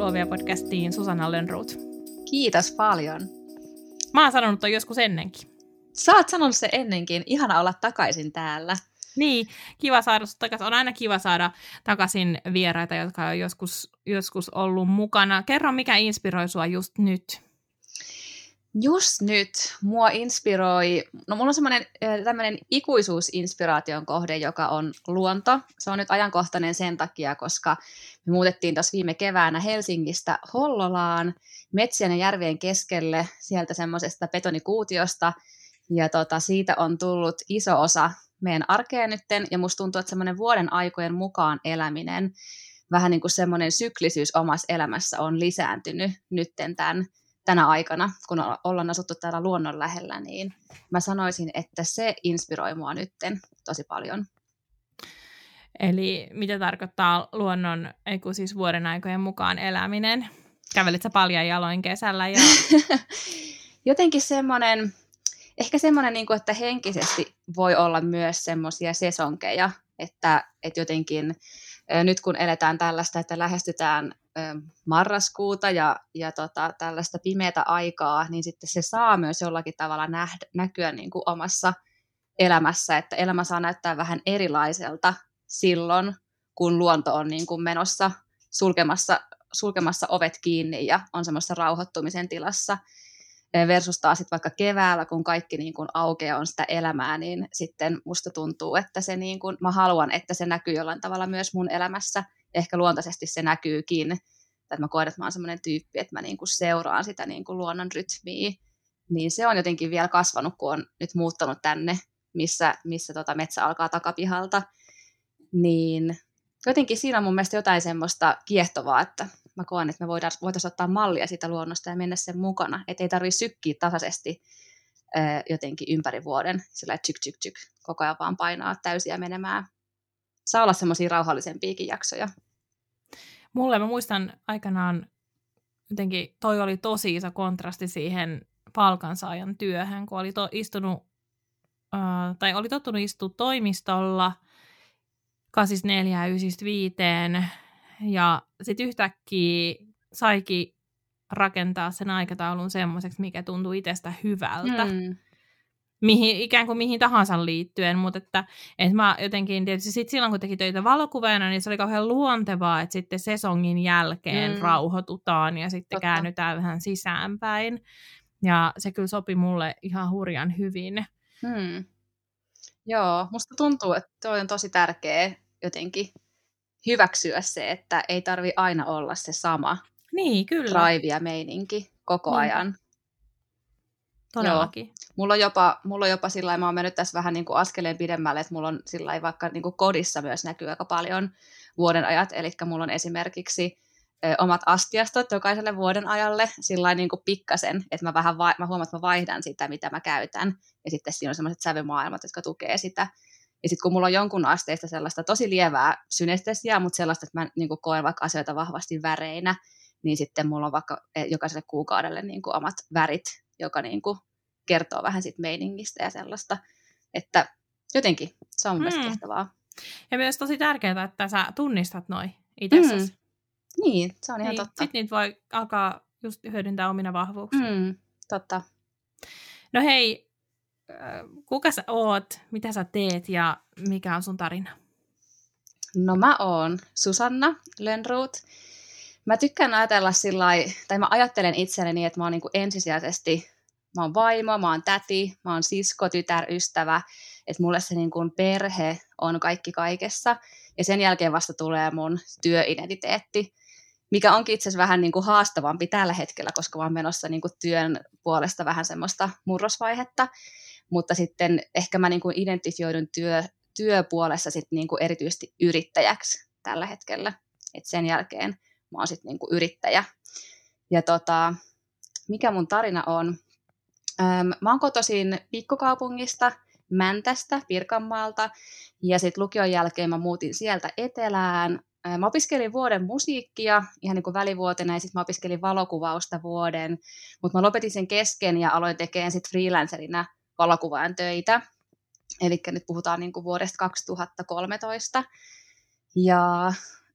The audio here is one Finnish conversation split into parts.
Luovia-podcastiin Susanna Lönnroth. Kiitos paljon. Mä oon sanonut ton joskus ennenkin. Sä oot sanonut se ennenkin. Ihana olla takaisin täällä. Niin, kiva saada sut takaisin. On aina kiva saada takaisin vieraita, jotka on joskus ollut mukana. Kerro, mikä inspiroi sua just nyt? Just nyt mua inspiroi, mulla on semmoinen tämmöinen ikuisuusinspiraation kohde, joka on luonto. Se on nyt ajankohtainen sen takia, koska me muutettiin tuossa viime keväänä Helsingistä Hollolaan metsien ja järvien keskelle sieltä semmoisesta betonikuutiosta. Ja siitä on tullut iso osa meidän arkea nytten, ja musta tuntuu, että semmoinen vuoden aikojen mukaan eläminen, vähän niin kuin semmoinen syklisyys omassa elämässä on lisääntynyt nytten tänä aikana, kun ollaan asuttu täällä luonnon lähellä, niin mä sanoisin, että se inspiroi mua nytten tosi paljon. Eli mitä tarkoittaa siis vuoden aikojen mukaan eläminen? Kävelit sä paljon jaloin kesällä? Ja... Jotenkin semmoinen, ehkä semmoinen, että henkisesti voi olla myös semmoisia sesonkeja, että jotenkin nyt kun eletään tällaista, että lähestytään marraskuuta ja tällaista pimeätä aikaa, niin sitten se saa myös jollakin tavalla näkyä niin kuin omassa elämässä, että elämä saa näyttää vähän erilaiselta silloin, kun luonto on niin kuin menossa sulkemassa ovet kiinni ja on semmoisessa rauhoittumisen tilassa. Versus taas sitten vaikka keväällä, kun kaikki niin kuin aukeaa on sitä elämää, niin sitten musta tuntuu, että se niin kuin, mä haluan, että se näkyy jollain tavalla myös mun elämässä. Ehkä luontaisesti se näkyykin, että mä koen, että mä oon semmoinen tyyppi, että mä niin kuin seuraan sitä niin kuin luonnon rytmiä. Niin se on jotenkin vielä kasvanut, kun on nyt muuttanut tänne, missä metsä alkaa takapihalta. Niin jotenkin siinä on mun mielestä jotain semmoista kiehtovaa, että mä koen, että me voitaisiin ottaa mallia siitä luonnosta ja mennä sen mukana. Että ei tarvitse sykkiä tasaisesti jotenkin ympäri vuoden, sillä tsyk, koko ajan vaan painaa täysiä menemään. Saa olla semmoisia rauhallisempiakin jaksoja. Mä muistan aikanaan, jotenkin toi oli tosi iso kontrasti siihen palkansaajan työhön, kun oli oli tottunut istua toimistolla 8-4-5, ja sitten yhtäkkiä saikin rakentaa sen aikataulun semmoiseksi, mikä tuntuu itsestä hyvältä. Ikään kuin mihin tahansa liittyen, mutta että mä jotenkin tietysti sit silloin, kun teki töitä valokuvaajana, niin se oli kauhean luontevaa, että sitten sesongin jälkeen rauhoitutaan ja sitten käännytään vähän sisäänpäin. Ja se kyllä sopi mulle ihan hurjan hyvin. Joo, musta tuntuu, että toi on tosi tärkeä jotenkin hyväksyä se, että ei tarvi aina olla se sama drive ja meininki koko ajan. Todellakin. Joo. Mulla on jopa sillä lailla, mä oon mennyt tässä vähän niin kuin askeleen pidemmälle, että mulla on sillä lailla vaikka niin kuin kodissa myös näkyy aika paljon vuodenajat, eli mulla on esimerkiksi omat astiastot jokaiselle vuoden ajalle sillä lailla niin kuin pikkasen, että mä huomaan, että mä vaihdan sitä, mitä mä käytän, ja sitten siinä on sellaiset sävymaailmat, jotka tukee sitä. Ja sitten kun mulla on jonkun asteista sellaista tosi lievää synestesiaa, mutta sellaista, että mä niin kuin koen vaikka asioita vahvasti väreinä, niin sitten mulla on vaikka jokaiselle kuukaudelle niin kuin omat värit, joka niin kuin kertoo vähän siitä meiningistä ja sellaista. Että jotenkin se on mun mielestä kestävää. Ja myös tosi tärkeää, että sä tunnistat noi itsessäsi. Niin, se on ihan totta. Sitten niitä voi alkaa just hyödyntää omina vahvuuksia. Totta. No hei, kuka sä oot, mitä sä teet ja mikä on sun tarina? No mä oon Susanna Lönnroth. Mä tykkään ajatella mä ajattelen itselleni niin, että mä oon niin kuin ensisijaisesti, mä oon vaimo, mä oon täti, mä oon sisko, tytär, ystävä, että mulle se niin kuin perhe on kaikki kaikessa, ja sen jälkeen vasta tulee mun työidentiteetti, mikä onkin itse asiassa vähän niin kuin haastavampi tällä hetkellä, koska mä oon menossa niin kuin työn puolesta vähän semmoista murrosvaihetta, mutta sitten ehkä mä niin kuin identifioidun työpuolessa sitten niin kuin erityisesti yrittäjäksi tällä hetkellä, että sen jälkeen mä oon sitten niinku yrittäjä. Ja mikä mun tarina on? Mä oon kotoisin pikkukaupungista, Mäntästä, Pirkanmaalta, ja sitten lukion jälkeen mä muutin sieltä etelään. Mä opiskelin vuoden musiikkia, ihan niin kuin välivuotena, ja sitten mä opiskelin valokuvausta vuoden, mutta mä lopetin sen kesken ja aloin tekemään sitten freelancerina valokuvaajan töitä. Eli nyt puhutaan niin kuin vuodesta 2013. Ja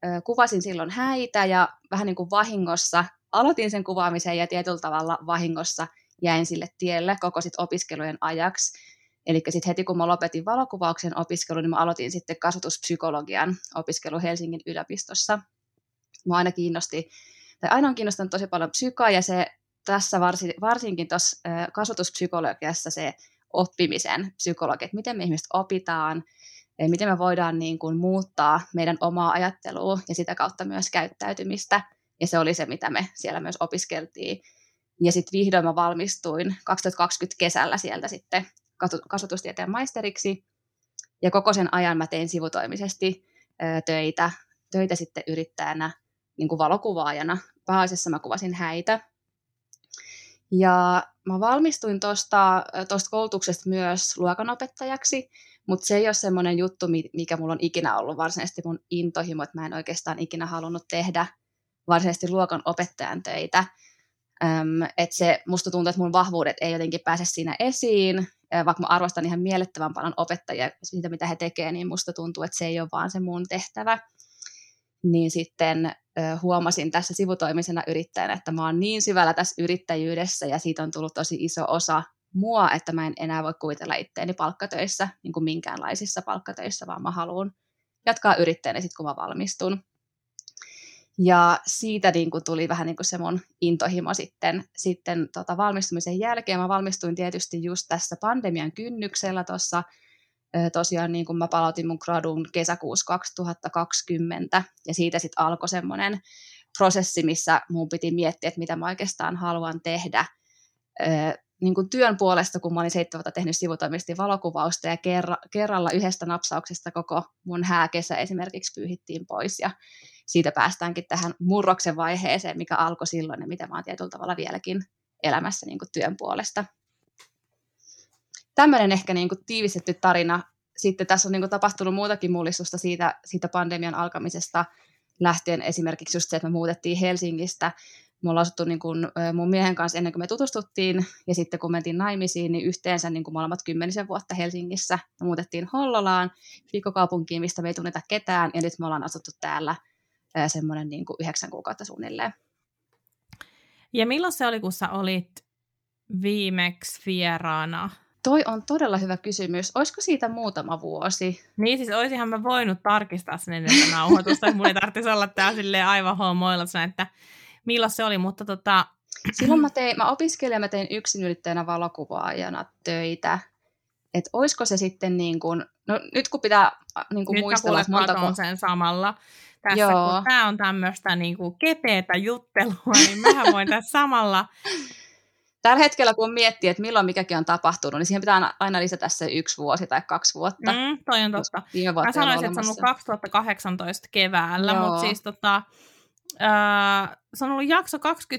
kuvasin silloin häitä ja vähän niin kuin vahingossa aloitin sen kuvaamisen ja tietyllä tavalla vahingossa jäin sille tielle koko sit opiskelujen ajaksi. Eli sitten heti kun mä lopetin valokuvauksen opiskelun, niin mä aloitin sitten kasvatuspsykologian opiskelu Helsingin yliopistossa. Mä aina on kiinnostanut tosi paljon psykaa ja se tässä varsinkin tuossa kasvatuspsykologiassa se oppimisen psykologia, että miten me ihmiset opitaan, miten me voidaan niin kuin muuttaa meidän omaa ajattelua ja sitä kautta myös käyttäytymistä. Ja se oli se, mitä me siellä myös opiskeltiin. Ja sitten vihdoin mä valmistuin 2020 kesällä sieltä sitten kasvatustieteen maisteriksi. Ja koko sen ajan mä tein sivutoimisesti töitä sitten yrittäjänä, niin kuin valokuvaajana. Pääasiassa mä kuvasin häitä. Ja mä valmistuin tuosta koulutuksesta myös luokanopettajaksi, mutta se ei ole semmoinen juttu, mikä mulla on ikinä ollut varsinaisesti mun intohimo, että mä en oikeastaan ikinä halunnut tehdä varsinaisesti luokanopettajan töitä. Musta tuntuu, että mun vahvuudet ei jotenkin pääse siinä esiin, vaikka mä arvostan ihan mielettömän paljon opettajia siitä, mitä he tekevät, niin musta tuntuu, että se ei ole vaan se mun tehtävä. Niin sitten huomasin tässä sivutoimisena yrittäjänä, että mä oon niin syvällä tässä yrittäjyydessä ja siitä on tullut tosi iso osa mua, että mä en enää voi kuvitella itteeni palkkatöissä, niin kuin minkäänlaisissa palkkatöissä, vaan mä haluan jatkaa yrittäjänä sitten, kun mä valmistun. Ja siitä niin kuin tuli vähän niin kuin se mun intohimo sitten valmistumisen jälkeen. Mä valmistuin tietysti just tässä pandemian kynnyksellä tuossa. Tosiaan niin kuin mä palautin mun gradun kesäkuussa 2020 ja siitä sitten alkoi semmoinen prosessi, missä mun piti miettiä, että mitä mä oikeastaan haluan tehdä niin kuin työn puolesta, kun mä olin 7 vuotta tehnyt sivutoimisesti valokuvausta ja kerralla yhdestä napsauksesta koko mun hääkesä esimerkiksi pyyhittiin pois ja siitä päästäänkin tähän murroksen vaiheeseen, mikä alkoi silloin ja mitä mä oon tietyllä tavalla vieläkin elämässä niin kuin työn puolesta. Tämmöinen ehkä niin kuin tiivistetty tarina. Sitten tässä on niin kuin tapahtunut muutakin mullistusta siitä pandemian alkamisesta lähtien. Esimerkiksi just se, että me muutettiin Helsingistä. Me ollaan asuttu niin kuin mun miehen kanssa ennen kuin me tutustuttiin. Ja sitten kun mentiin naimisiin, niin yhteensä niin kuin molemmat 10 vuotta Helsingissä. Me muutettiin Hollolaan, pikkukaupunkiin, mistä me ei tunneta ketään. Ja nyt me ollaan asuttu täällä semmoinen niin kuin 9 kuukautta suunnilleen. Ja milloin se oli, kun sä olit viimeksi vieraana? Toi on todella hyvä kysymys. Olisiko siitä muutama vuosi? Niin, siis olisinhan mä voinut tarkistaa sen ennen nauhoitusta, että mun ei tarvitsisi olla tää silleen aivan homoilla, että milloin se oli, mutta Silloin mä opiskelin ja mä tein yksinyrittäjänä valokuvaajana töitä. Että olisiko se sitten niin kuin, no nyt kun pitää niin kuin muistella, että montako sen samalla. Tässä, joo. Kun tää on tämmöistä niin kuin kepeätä juttelua, niin mähän voin tässä samalla. Tällä hetkellä, kun miettii, että milloin mikäkin on tapahtunut, niin siihen pitää aina lisätä se 1 vuosi tai 2 vuotta. Toi on totta. Mä sanoisin, että se on ollut 2018 keväällä, mutta siis se on ollut jakso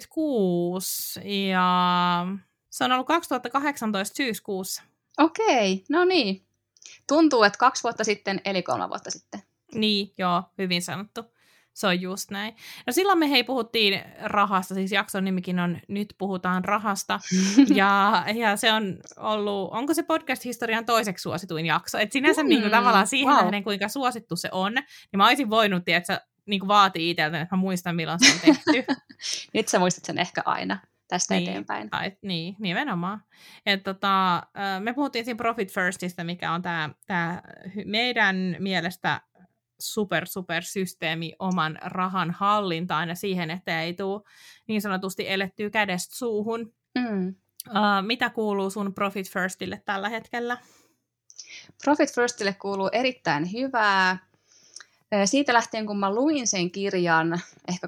26 ja se on ollut 2018 syyskuussa. Okei, no niin. Tuntuu, että 2 vuotta sitten, eli 3 vuotta sitten. Niin, joo, hyvin sanottu. Se on just näin. No silloin me puhuttiin rahasta, siis jakson nimikin on Nyt puhutaan rahasta. ja se on ollut, onko se podcast-historian toiseksi suosituin jakso? Et sinänsä niin kuin, tavallaan siihen nähden, kuinka suosittu se on, niin mä olisin voinut, että niin kuin vaatii itseltäni, että mä muistan, milloin se on tehty. Nyt sä muistat sen ehkä aina tästä eteenpäin. Niin, nimenomaan. Me puhuttiin siinä Profit Firstistä, mikä on tämä meidän mielestä super systeemi oman rahan hallintaan ja siihen, että ei tule niin sanotusti elettyä kädestä suuhun. Mitä kuuluu sun Profit Firstille tällä hetkellä? Profit Firstille kuuluu erittäin hyvää. Siitä lähtien, kun mä luin sen kirjan ehkä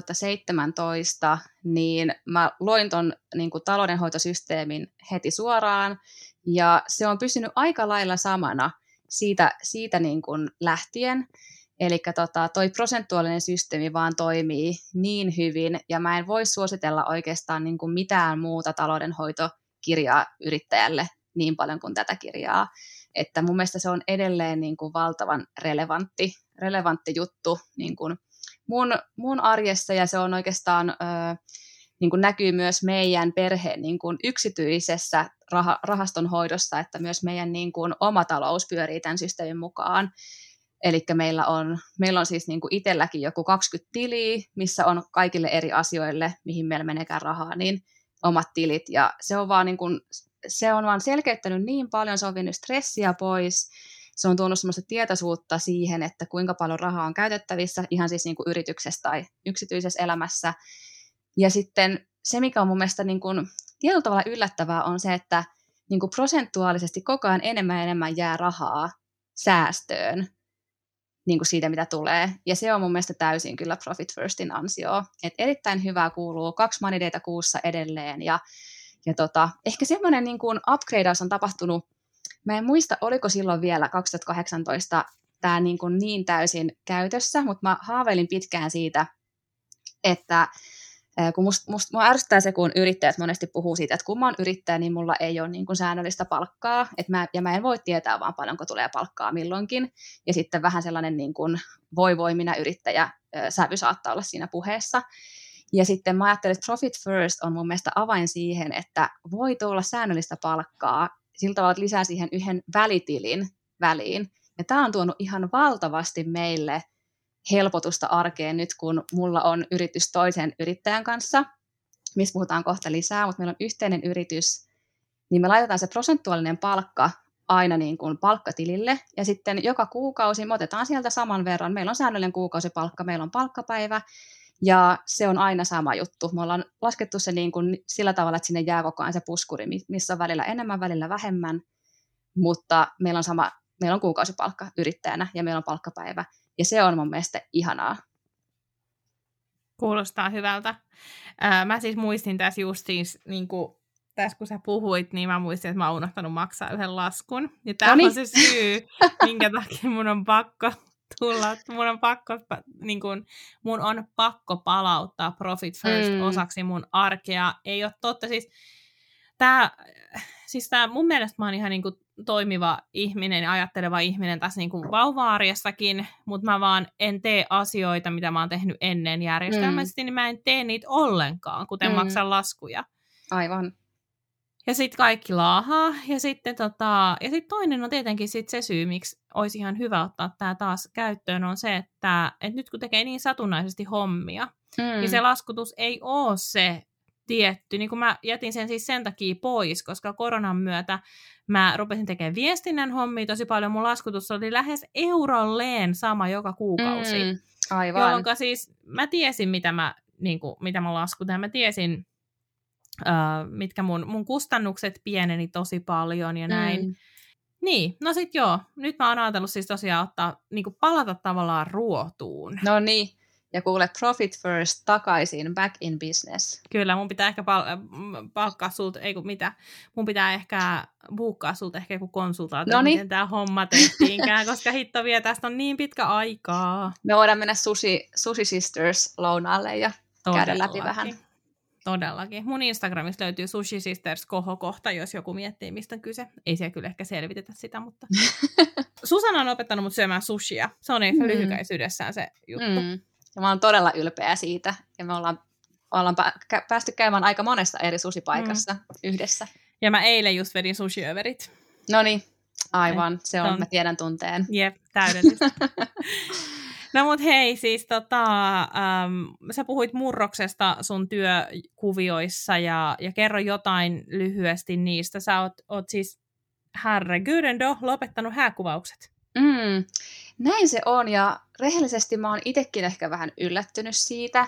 2017, niin mä loin ton niin kuin taloudenhoitosysteemin heti suoraan, ja se on pysynyt aika lailla samana siitä niin kuin lähtien. Eli toi prosentuaalinen systeemi vaan toimii niin hyvin, ja mä en voi suositella oikeastaan niin kuin mitään muuta taloudenhoitokirjaa yrittäjälle niin paljon kuin tätä kirjaa. Että mun mielestä se on edelleen niin kuin valtavan relevantti juttu niin kuin mun arjessa, ja se on oikeastaan niin kuin näkyy myös meidän perheen niin kuin yksityisessä rahastonhoidossa, että myös meidän niin kuin oma talous pyörii tämän systeemin mukaan. Eli meillä on siis niin kuin itselläkin joku 20 tiliä, missä on kaikille eri asioille, mihin meillä meneekään rahaa, niin omat tilit. Ja se on vaan selkeyttänyt niin paljon, se on vienyt stressiä pois, se on tuonut semmoista tietoisuutta siihen, että kuinka paljon rahaa on käytettävissä, ihan siis niin kuin yrityksessä tai yksityisessä elämässä. Ja sitten se, mikä on mun mielestä niin kuin tietyllä tavalla yllättävää, on se, että niin kuin prosentuaalisesti koko ajan enemmän ja enemmän jää rahaa säästöön niin kuin siitä, mitä tulee. Ja se on mun mielestä täysin kyllä Profit Firstin ansio. Et erittäin hyvää kuuluu 2 money dayta kuussa edelleen. Ja ehkä semmoinen niin kuin upgradeaus on tapahtunut. Mä en muista, oliko silloin vielä 2018 tämä niin täysin käytössä, mutta mä haaveilin pitkään siitä, että kun mua ärsyttää se, kun yrittäjät monesti puhuu siitä, että kun mä oon yrittäjä, niin mulla ei ole niin kuin säännöllistä palkkaa, ja mä en voi tietää vaan paljonko tulee palkkaa milloinkin, ja sitten vähän sellainen niin kuin voi minä yrittäjä sävy saattaa olla siinä puheessa. Ja sitten mä ajattelin, että Profit First on mun mielestä avain siihen, että voi tulla säännöllistä palkkaa, sillä tavalla, että lisää siihen yhden välitilin väliin, ja tämä on tuonut ihan valtavasti meille helpotusta arkeen nyt, kun mulla on yritys toisen yrittäjän kanssa, missä puhutaan kohta lisää, mutta meillä on yhteinen yritys, niin me laitetaan se prosentuaalinen palkka aina niin kuin palkkatilille, ja sitten joka kuukausi me otetaan sieltä saman verran. Meillä on säännöllinen kuukausipalkka, meillä on palkkapäivä, ja se on aina sama juttu. Me ollaan laskettu se niin kuin sillä tavalla, että sinne jää koko ajan se puskuri, missä on välillä enemmän, välillä vähemmän, mutta meillä on kuukausipalkka yrittäjänä, ja meillä on palkkapäivä. Ja se on mun mielestä ihanaa. Kuulostaa hyvältä. Mä siis muistin tässä justiins, niin tässä kun sä puhuit, niin mä muistin, että mä oon unohtanut maksaa yhden laskun. Ja tämä on se syy, minkä takia mun on pakko tulla. Mun on pakko palauttaa Profit First osaksi mun arkea. Ei ole totta. Siis tää mun mielestä mä oon ihan niinku toimiva ihminen ja ajatteleva ihminen tässä niinku vauva-arjessakin, mutta mä vaan en tee asioita, mitä mä oon tehnyt ennen järjestelmällisesti, niin mä en tee niitä ollenkaan, kuten maksan laskuja. Aivan. Ja sitten kaikki laahaa. Ja sitten toinen on tietenkin sit se syy, miksi olisi ihan hyvä ottaa tämä taas käyttöön, on se, että nyt kun tekee niin satunnaisesti hommia, niin se laskutus ei ole se tietty. Niin kun mä jätin sen siis sen takia pois, koska koronan myötä mä rupesin tekemään viestinnän hommia tosi paljon. Mun laskutus oli lähes eurolleen sama joka kuukausi. Aivan. Jolloin siis mä tiesin, mitä mä laskutan. Mä tiesin, mitkä mun kustannukset pieneni tosi paljon ja näin. Niin, no sit joo. Nyt mä oon ajatellut siis tosiaan palata tavallaan ruotuun. No niin. Ja kuule, Profit First takaisin, back in business. Kyllä, mun pitää ehkä palkkaa sulta, mun pitää ehkä buukkaa sulta ehkä joku konsultaatio, miten tää homma tehtiinkään, koska hitto vielä tästä on niin pitkä aikaa. Me voidaan mennä Sushi Sisters lounaalle ja käydä läpi vähän. Todellakin. Mun Instagramissa löytyy Sushi Sisters kohokohta, jos joku miettii, mistä on kyse. Ei siellä kyllä ehkä selvitetä sitä, mutta Susanna on opettanut mut syömään sushia. Se on ehkä lyhykäisyydessään se juttu. Ja mä oon todella ylpeä siitä. Ja me ollaan päästy käymään aika monessa eri sushipaikassa yhdessä. Ja mä eilen just vedin sushi-överit. Noniin, aivan. Se on, mä tiedän tunteen. Jep, täydellistä. No mut hei, siis sä puhuit murroksesta sun työkuvioissa ja kerro jotain lyhyesti niistä. Sä oot siis herregudendo lopettanut hääkuvaukset. Näin se on, ja rehellisesti mä oon itsekin ehkä vähän yllättynyt siitä,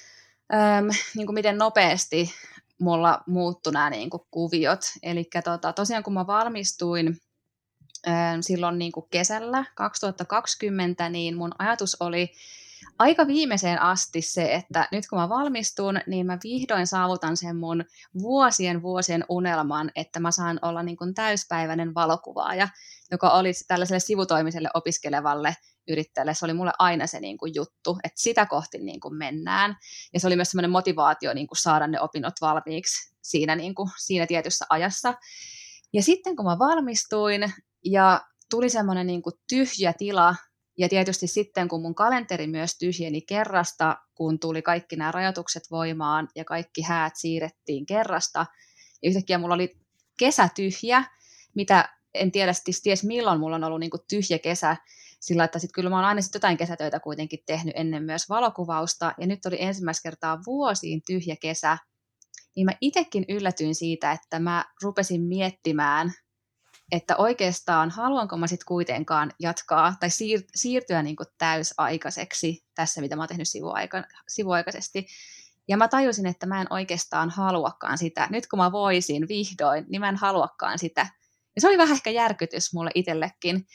niin kuin miten nopeasti mulla muuttui nämä niin kuin kuviot. Eli tosiaan kun mä valmistuin silloin niin kuin kesällä 2020, niin mun ajatus oli aika viimeiseen asti se, että nyt kun mä valmistun, niin mä vihdoin saavutan sen mun vuosien unelman, että mä saan olla niin kuin täyspäiväinen valokuvaaja, joka oli tällaiselle sivutoimiselle opiskelevalle yrittäjälle. Se oli mulle aina se niin kuin juttu, että sitä kohti niin kuin mennään. Ja se oli myös semmoinen motivaatio niin kuin saada ne opinnot valmiiksi siinä tietyssä ajassa. Ja sitten kun mä valmistuin ja tuli semmoinen niin kuin tyhjä tila, ja tietysti sitten, kun mun kalenteri myös tyhjeni kerrasta, kun tuli kaikki nämä rajoitukset voimaan ja kaikki häät siirrettiin kerrasta, ja yhtäkkiä mulla oli kesä tyhjä, mitä en tiedä ties milloin mulla on ollut niin kuin tyhjä kesä, sillä että sitten kyllä mä oon aina sit jotain kesätöitä kuitenkin tehnyt ennen myös valokuvausta, ja nyt oli ensimmäistä kertaa vuosiin tyhjä kesä, niin mä itsekin yllätyin siitä, että mä rupesin miettimään, että oikeastaan haluanko mä sitten kuitenkaan jatkaa tai siirtyä niin kuin täysaikaiseksi tässä, mitä mä oon tehnyt sivuaikaisesti. Ja mä tajusin, että mä en oikeastaan haluakaan sitä. Nyt kun mä voisin vihdoin, niin mä en haluakaan sitä. Ja se oli vähän ehkä järkytys mulle itsellekin.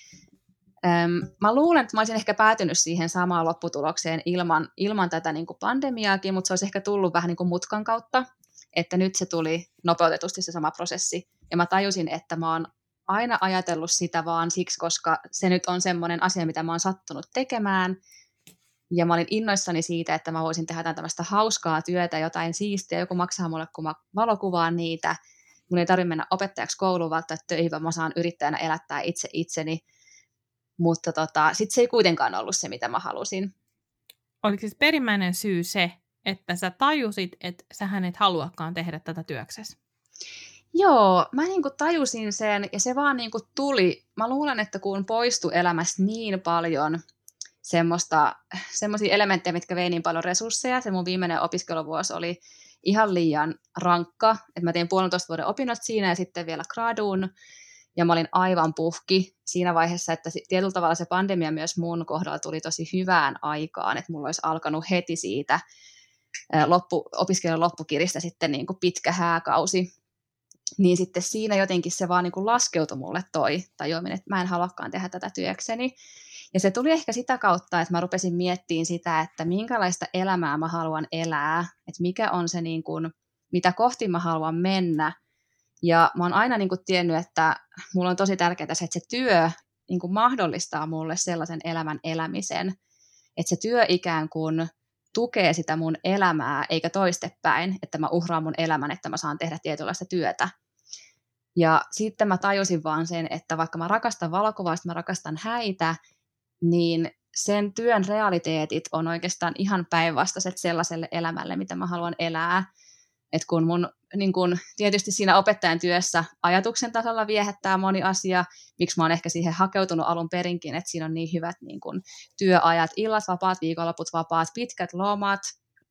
Mä luulen, että mä olisin ehkä päätynyt siihen samaan lopputulokseen ilman tätä niin kuin pandemiaakin, mutta se olisi ehkä tullut vähän niin kuin mutkan kautta, että nyt se tuli nopeutetusti se sama prosessi. Ja mä tajusin, että mä oon aina ajatellut sitä vaan siksi, koska se nyt on semmoinen asia, mitä mä oon sattunut tekemään. Ja mä olin innoissani siitä, että mä voisin tehdä tämmöistä hauskaa työtä, jotain siistiä, joku maksaa mulle, kun mä valokuvaan niitä. Mun ei tarvitse mennä opettajaksi kouluun välttämättä töihin, vaan mä saan yrittäjänä elättää itseni. Mutta sitten se ei kuitenkaan ollut se, mitä mä halusin. Oliko siis perimmäinen syy se, että sä tajusit, että sähän et haluakaan tehdä tätä työksesi? Joo, mä niinku tajusin sen ja se vaan niinku tuli. Mä luulen, että kun poistui elämästä niin paljon semmoisia elementtejä, mitkä vei niin paljon resursseja, se mun viimeinen opiskeluvuosi oli ihan liian rankka, että mä tein 1,5 vuoden opinnot siinä ja sitten vielä graduun, ja mä olin aivan puhki siinä vaiheessa, että tietyllä tavalla se pandemia myös mun kohdalla tuli tosi hyvään aikaan, että mulla olisi alkanut heti siitä opiskelun loppukiristä sitten niin kuin pitkä hääkausi, niin sitten siinä jotenkin se vaan niin kuin laskeutui mulle tajuamin, että mä en haluakaan tehdä tätä työkseni. Ja se tuli ehkä sitä kautta, että mä rupesin miettimään sitä, että minkälaista elämää mä haluan elää, että mikä on se, niin kuin, mitä kohti mä haluan mennä. Ja mä oon aina niin kuin tiennyt, että mulla on tosi tärkeää se, että se työ niin kuin mahdollistaa mulle sellaisen elämän elämisen, että se työ ikään kuin tukee sitä mun elämää, eikä toistepäin, että mä uhraan mun elämän, että mä saan tehdä tietynlaista työtä. Ja sitten mä tajusin vaan sen, että vaikka mä rakastan valokuvausta, mä rakastan häitä, niin sen työn realiteetit on oikeastaan ihan päinvastaiset sellaiselle elämälle, mitä mä haluan elää. Et kun mun niin kun, tietysti siinä opettajan työssä ajatuksen tasolla viehättää moni asia, miksi mä oon ehkä siihen hakeutunut alun perinkin, että siinä on niin hyvät niin kun, työajat, illat vapaat, viikonloput vapaat, pitkät lomat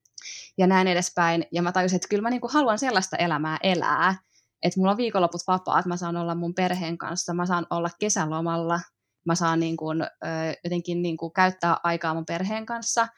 ja näin edespäin. Ja mä tajusin, että kyllä mä niin kun, haluan sellaista elämää elää, että mulla on viikonloput vapaat, mä saan olla mun perheen kanssa, mä saan olla kesälomalla, mä saan niin kun, jotenkin niin kun, käyttää aikaa mun perheen kanssa.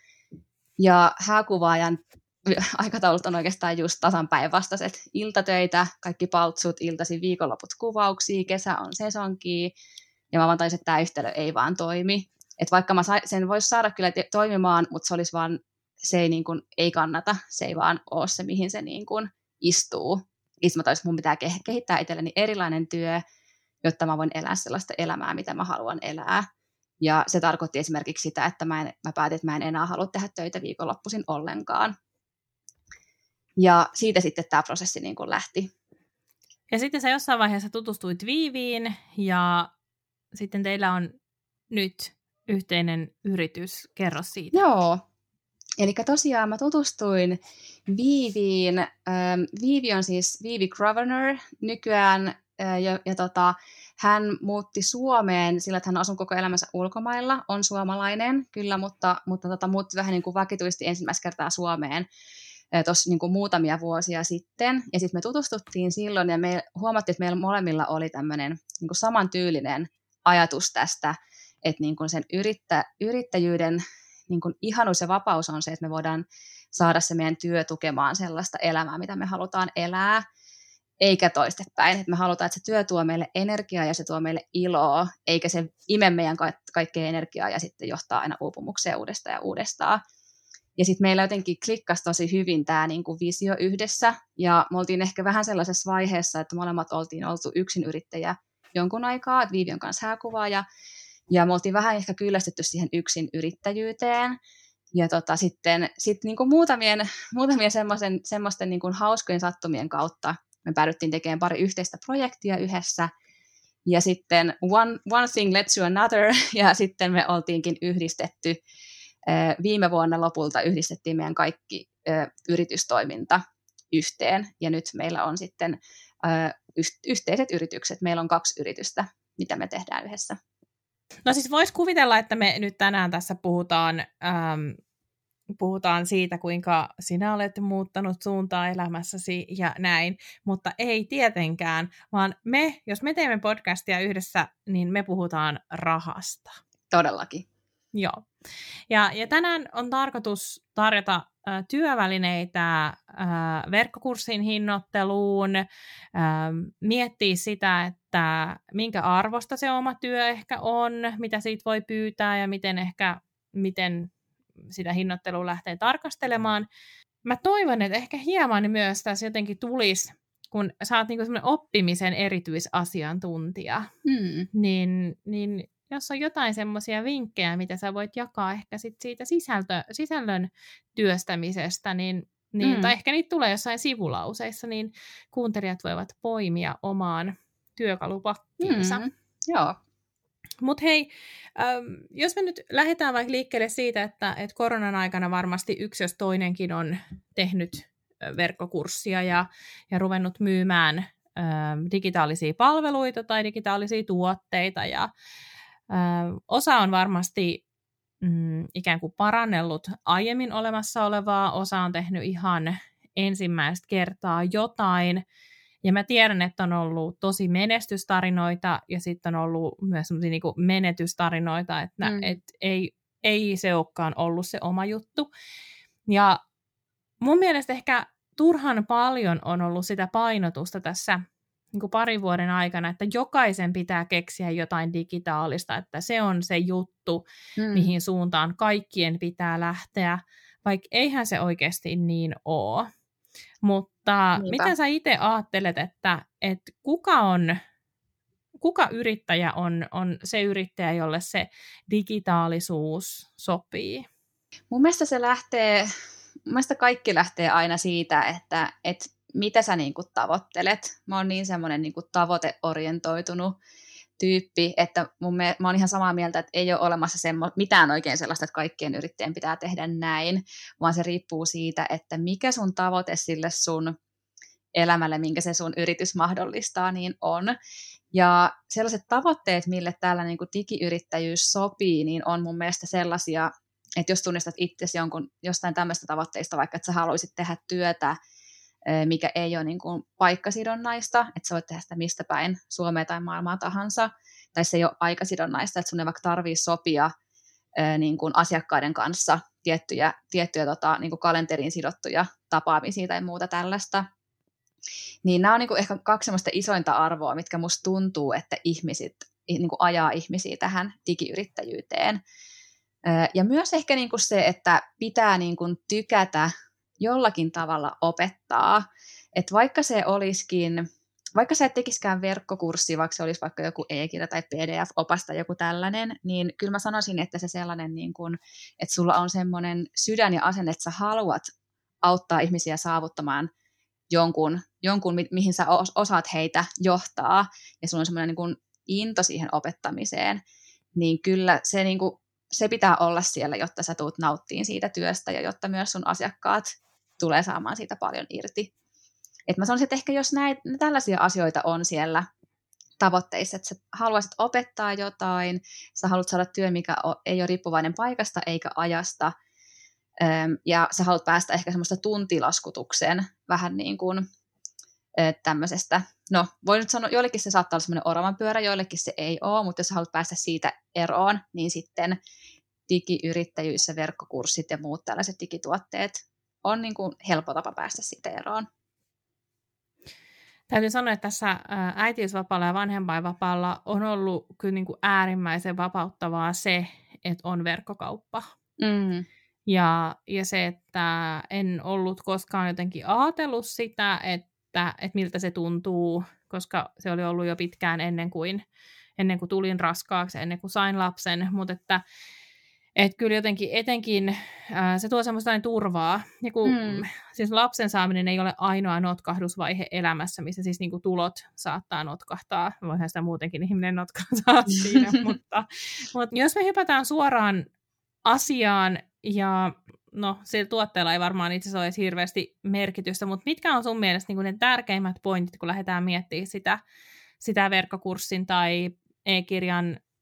Ja hääkuvaajan aikataulut on oikeastaan just tasan päinvastaiset. Iltatöitä, kaikki paltsut, iltaisin viikonloput kuvauksia, kesä on sesonkia, ja mä vaan taisin, että tämä yhtälö ei vaan toimi. Että vaikka mä sen voisi saada kyllä toimimaan, mutta se olisi vaan, se ei, niin kuin, ei kannata, se ei vaan ole se, mihin se niin kuin istuu. Itse mä taisin, mun pitää kehittää itselleni erilainen työ, jotta mä voin elää sellaista elämää, mitä mä haluan elää. Ja se tarkoitti esimerkiksi sitä, että mä päätin, että mä en enää halua tehdä töitä viikonloppuisin ollenkaan. Ja siitä sitten tämä prosessi niin kuin lähti. Ja sitten sä jossain vaiheessa tutustuit Viiviin ja sitten teillä on nyt yhteinen yritys. Kerro siitä. Joo. Eli tosiaan mä tutustuin Viiviin. Viivi on siis Viivi Grosvenor nykyään. Hän muutti Suomeen sillä, että hän asui koko elämänsä ulkomailla. On suomalainen kyllä, mutta muutti vähän niin kuin vakituisesti ensimmäistä kertaa Suomeen tuossa niin kuin muutamia vuosia sitten. Ja sitten me tutustuttiin silloin ja me huomattiin, että meillä molemmilla oli tämmöinen niin kuin samantyylinen ajatus tästä, että niin kuin sen yrittäjyyden niin kuin ihanuus ja vapaus on se, että me voidaan saada se meidän työ tukemaan sellaista elämää, mitä me halutaan elää, eikä toistepäin. Että me halutaan, että se työ tuo meille energiaa ja se tuo meille iloa, eikä se ime meidän kaikkea energiaa ja sitten johtaa aina uupumukseen uudestaan ja uudestaan. Ja sitten meillä jotenkin klikkasi tosi hyvin tämä niinku visio yhdessä, ja me oltiin ehkä vähän sellaisessa vaiheessa, että molemmat oltiin oltu yksinyrittäjä jonkun aikaa, että Viivi on kanssa hääkuvaaja, ja me oltiin vähän ehkä kyllästetty siihen yksinyrittäjyyteen, ja sitten niinku muutamien semmoisten niinku hauskojen sattumien kautta me päädyttiin tekemään pari yhteistä projektia yhdessä, ja sitten one thing led to another, ja sitten me oltiinkin yhdistetty. Viime vuonna lopulta yhdistettiin meidän kaikki yritystoiminta yhteen, ja nyt meillä on sitten yhteiset yritykset. Meillä on 2 yritystä, mitä me tehdään yhdessä. No siis voisi kuvitella, että me nyt tänään tässä puhutaan siitä, kuinka sinä olet muuttanut suuntaa elämässäsi ja näin, mutta ei tietenkään, vaan jos me teemme podcastia yhdessä, niin me puhutaan rahasta. Todellakin. Joo. Ja tänään on tarkoitus tarjota työvälineitä verkkokurssin hinnoitteluun, miettiä sitä, että minkä arvosta se oma työ ehkä on, mitä siitä voi pyytää ja miten sitä hinnoittelua lähtee tarkastelemaan. Mä toivon, että ehkä hieman myös tässä jotenkin tulisi, kun sä oot niinku semmoinen oppimisen erityisasiantuntija, niin jos on jotain semmoisia vinkkejä, mitä sä voit jakaa ehkä siitä sisällön työstämisestä, tai ehkä niitä tulee jossain sivulauseissa, niin kuuntelijat voivat poimia omaan työkalupakkiinsa. Joo. Mutta hei, jos me nyt lähdetään vaikka liikkeelle siitä, että koronan aikana varmasti yksi jos toinenkin on tehnyt verkkokurssia ja ruvennut myymään digitaalisia palveluita tai digitaalisia tuotteita, ja osa on varmasti ikään kuin parannellut aiemmin olemassa olevaa, osa on tehnyt ihan ensimmäistä kertaa jotain, ja mä tiedän, että on ollut tosi menestystarinoita, ja sitten on ollut myös sellaisia niin kuin menetystarinoita, että ei se olekaan ollut se oma juttu. Ja mun mielestä ehkä turhan paljon on ollut sitä painotusta tässä niin kuin parin vuoden aikana, että jokaisen pitää keksiä jotain digitaalista, että se on se juttu, mihin suuntaan kaikkien pitää lähteä, vaikka eihän se oikeasti niin ole. Mutta mitä sä itse ajattelet, että kuka yrittäjä on se yrittäjä, jolle se digitaalisuus sopii? Mun mielestä kaikki lähtee aina siitä, että mitä sä niinku tavoittelet. Mä oon niin semmoinen niinku tavoiteorientoitunut tyyppi, että mä oon ihan samaa mieltä, että ei ole olemassa mitään oikein sellaista, että kaikkien yrittäjien pitää tehdä näin, vaan se riippuu siitä, että mikä sun tavoite sille sun elämälle, minkä se sun yritys mahdollistaa, niin on. Ja sellaiset tavoitteet, mille täällä niin kuin digiyrittäjyys sopii, niin on mun mielestä sellaisia, että jos tunnistat itsesi jostain tämmöistä tavoitteista, vaikka että sä haluaisit tehdä työtä, mikä ei ole niin kuin paikkasidonnaista, että sä voit tehdä sitä mistä päin Suomea tai maailmaa tahansa, tai se ei ole aikasidonnaista, että sun ei vaikka tarvitse sopia niin kuin asiakkaiden kanssa tiettyjä niin kuin kalenteriin sidottuja tapaamisia tai muuta tällaista. Niin nämä on niin kuin ehkä kaksi semmoista isointa arvoa, mitkä musta tuntuu, että ihmiset niin kuin ajaa ihmisiä tähän digiyrittäjyyteen. Ja myös ehkä niin kuin se, että pitää niin kuin tykätä jollakin tavalla opettaa, että vaikka sä et tekisikään verkkokurssia, vaikka se olisi vaikka joku e-kirja tai PDF-opas tai joku tällainen, niin kyllä mä sanoisin, että se sellainen, niin kuin, että sulla on semmoinen sydän ja asenne, että sä haluat auttaa ihmisiä saavuttamaan jonkun mihin sä osaat heitä johtaa, ja sulla on semmoinen niin kuin into siihen opettamiseen, niin kyllä se, niin kuin, se pitää olla siellä, jotta sä tuut nauttiin siitä työstä, ja jotta myös sun asiakkaat tulee saamaan siitä paljon irti. Et mä sanoisin, että ehkä jos tällaisia asioita on siellä tavoitteissa, että sä haluaisit opettaa jotain, sä haluat saada työ, mikä ei ole riippuvainen paikasta eikä ajasta, ja sä haluat päästä ehkä semmoista tuntilaskutukseen vähän niin kuin tämmöisestä, no voi nyt sanoa, joillekin se saattaa olla semmoinen oravanpyörä, joillekin se ei ole, mutta jos sä haluat päästä siitä eroon, niin sitten digiyrittäjyys ja verkkokurssit ja muut tällaiset digituotteet on niin kuin helppo tapa päästä siitä eroon. Täytyy sanoa, että tässä äitiysvapaalla ja vanhempainvapaalla on ollut kyllä niin kuin äärimmäisen vapauttavaa se, että on verkkokauppa. Ja se, että en ollut koskaan jotenkin ajatellut sitä, että miltä se tuntuu, koska se oli ollut jo pitkään ennen kuin tulin raskaaksi, ennen kuin sain lapsen, mutta että kyllä jotenkin etenkin se tuo semmoista turvaa. Siis lapsen saaminen ei ole ainoa notkahdusvaihe elämässä, missä siis niin kuin tulot saattaa notkahtaa. Voihan sitä muutenkin ihminen notkahtaa siinä, mutta jos me hypätään suoraan asiaan, ja no sillä tuotteella ei varmaan itse asiassa ole hirveästi merkitystä, mutta mitkä on sun mielestä niin kuin ne tärkeimmät pointit, kun lähdetään miettimään sitä verkkokurssin tai e-kirjan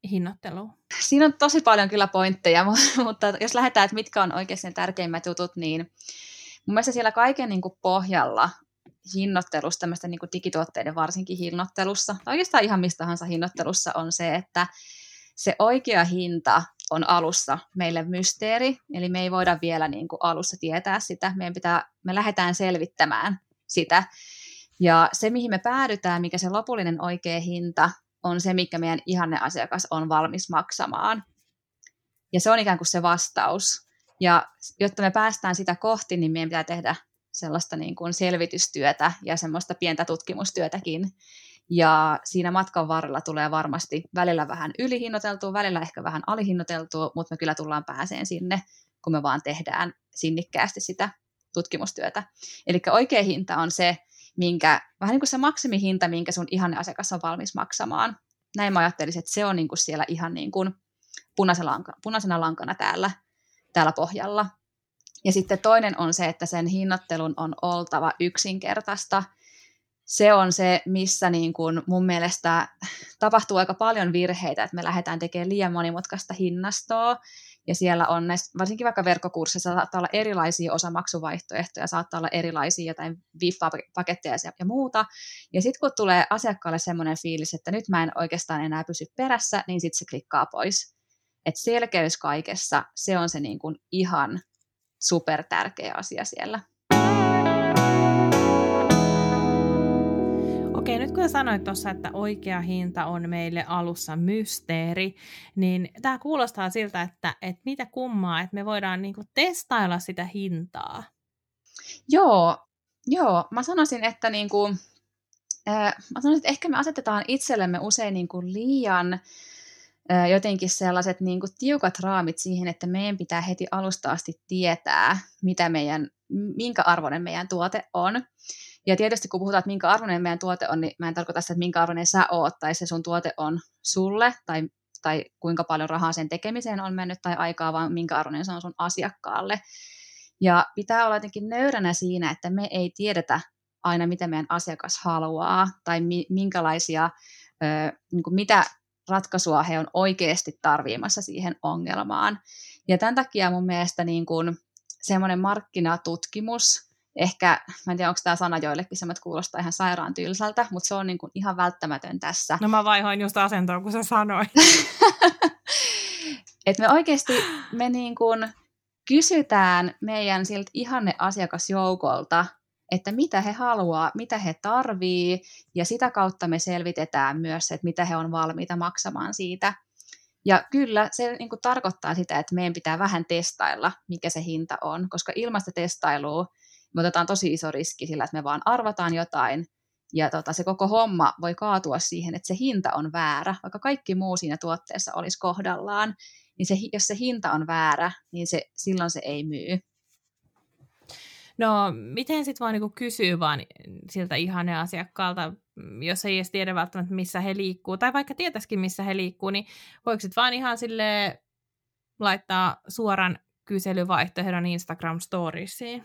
hinnoitteluun? Siinä on tosi paljon kyllä pointteja, mutta jos lähdetään, että mitkä on oikeasti ne tärkeimmät jutut, niin mun mielestä siellä kaiken niin kuin pohjalla hinnoittelussa, tämmöisten niin kuin digituotteiden varsinkin hinnoittelussa, tai oikeastaan ihan mistä tahansa hinnoittelussa on se, että se oikea hinta on alussa meille mysteeri, eli me ei voida vielä niin kuin alussa tietää sitä, me lähdetään selvittämään sitä, ja se mihin me päädytään, mikä se lopullinen oikea hinta, on se, mikä meidän ihanneasiakas on valmis maksamaan. Ja se on ikään kuin se vastaus. Ja jotta me päästään sitä kohti, niin meidän pitää tehdä sellaista niin kuin selvitystyötä ja semmoista pientä tutkimustyötäkin. Ja siinä matkan varrella tulee varmasti välillä vähän ylihinnoiteltua, välillä ehkä vähän alihinnoiteltua, mutta me kyllä tullaan pääseen sinne, kun me vaan tehdään sinnikkäästi sitä tutkimustyötä. Eli oikea hinta on se, vähän niin kuin se maksimihinta, minkä sun ihanneasiakas on valmis maksamaan. Näin mä ajattelisin, että se on niin kuin siellä ihan niin kuin punaisena lankana täällä pohjalla. Ja sitten toinen on se, että sen hinnoittelun on oltava yksinkertaista. Se on se, missä niin kuin mun mielestä tapahtuu aika paljon virheitä, että me lähdetään tekemään liian monimutkaista hinnastoa, ja siellä on varsinkin vaikka verkkokursseissa saattaa olla erilaisia osamaksuvaihtoehtoja, saattaa olla erilaisia jotain VIP-paketteja ja muuta, ja sitten kun tulee asiakkaalle semmoinen fiilis, että nyt mä en oikeastaan enää pysy perässä, niin sitten se klikkaa pois. Että selkeys kaikessa, se on se niin kuin ihan super tärkeä asia siellä. Okei, nyt kun sanoit tuossa, että oikea hinta on meille alussa mysteeri, niin tämä kuulostaa siltä, että mitä kummaa, että me voidaan niinku testailla sitä hintaa. Joo, mä sanoisin, että ehkä me asetetaan itsellemme usein niinku liian jotenkin sellaiset niinku tiukat raamit siihen, että meidän pitää heti alusta asti tietää, minkä arvoinen meidän tuote on. Ja tietysti kun puhutaan, että minkä arvoinen meidän tuote on, niin mä en tarkoita sitä, että minkä arvoinen sä oot, tai se sun tuote on sulle, tai kuinka paljon rahaa sen tekemiseen on mennyt, tai aikaa, vaan minkä arvoinen se on sun asiakkaalle. Ja pitää olla jotenkin nöyränä siinä, että me ei tiedetä aina, mitä meidän asiakas haluaa, tai minkälaisia, mitä ratkaisua he on oikeasti tarvimassa siihen ongelmaan. Ja tämän takia mun mielestä semmoinen markkinatutkimus, ehkä, mä en tiedä, onko tämä sana joillekin semmoinen, että kuulostaa ihan sairaan tylsältä, mutta se on ihan välttämätön tässä. No mä vaihoin just asentoon, kun sä sanoit. Että me oikeasti kysytään meidän siltä ihanneasiakasjoukolta, että mitä he haluaa, mitä he tarvii, ja sitä kautta me selvitetään myös, että mitä he on valmiita maksamaan siitä. Ja kyllä se tarkoittaa sitä, että meidän pitää vähän testailla, mikä se hinta on, koska ilman sitä testailua me otetaan tosi iso riski sillä, että me vaan arvataan jotain, ja se koko homma voi kaatua siihen, että se hinta on väärä, vaikka kaikki muu siinä tuotteessa olisi kohdallaan, niin jos se hinta on väärä, niin silloin se ei myy. No, miten sitten vaan kysyy vaan siltä ihanneasiakkaalta, jos ei edes tiedä välttämättä, missä he liikkuu, tai vaikka tietäisikin, missä he liikkuu, niin voiko sitten vaan ihan silleen laittaa suoran kyselyvaihtoehdon Instagram-storiesiin?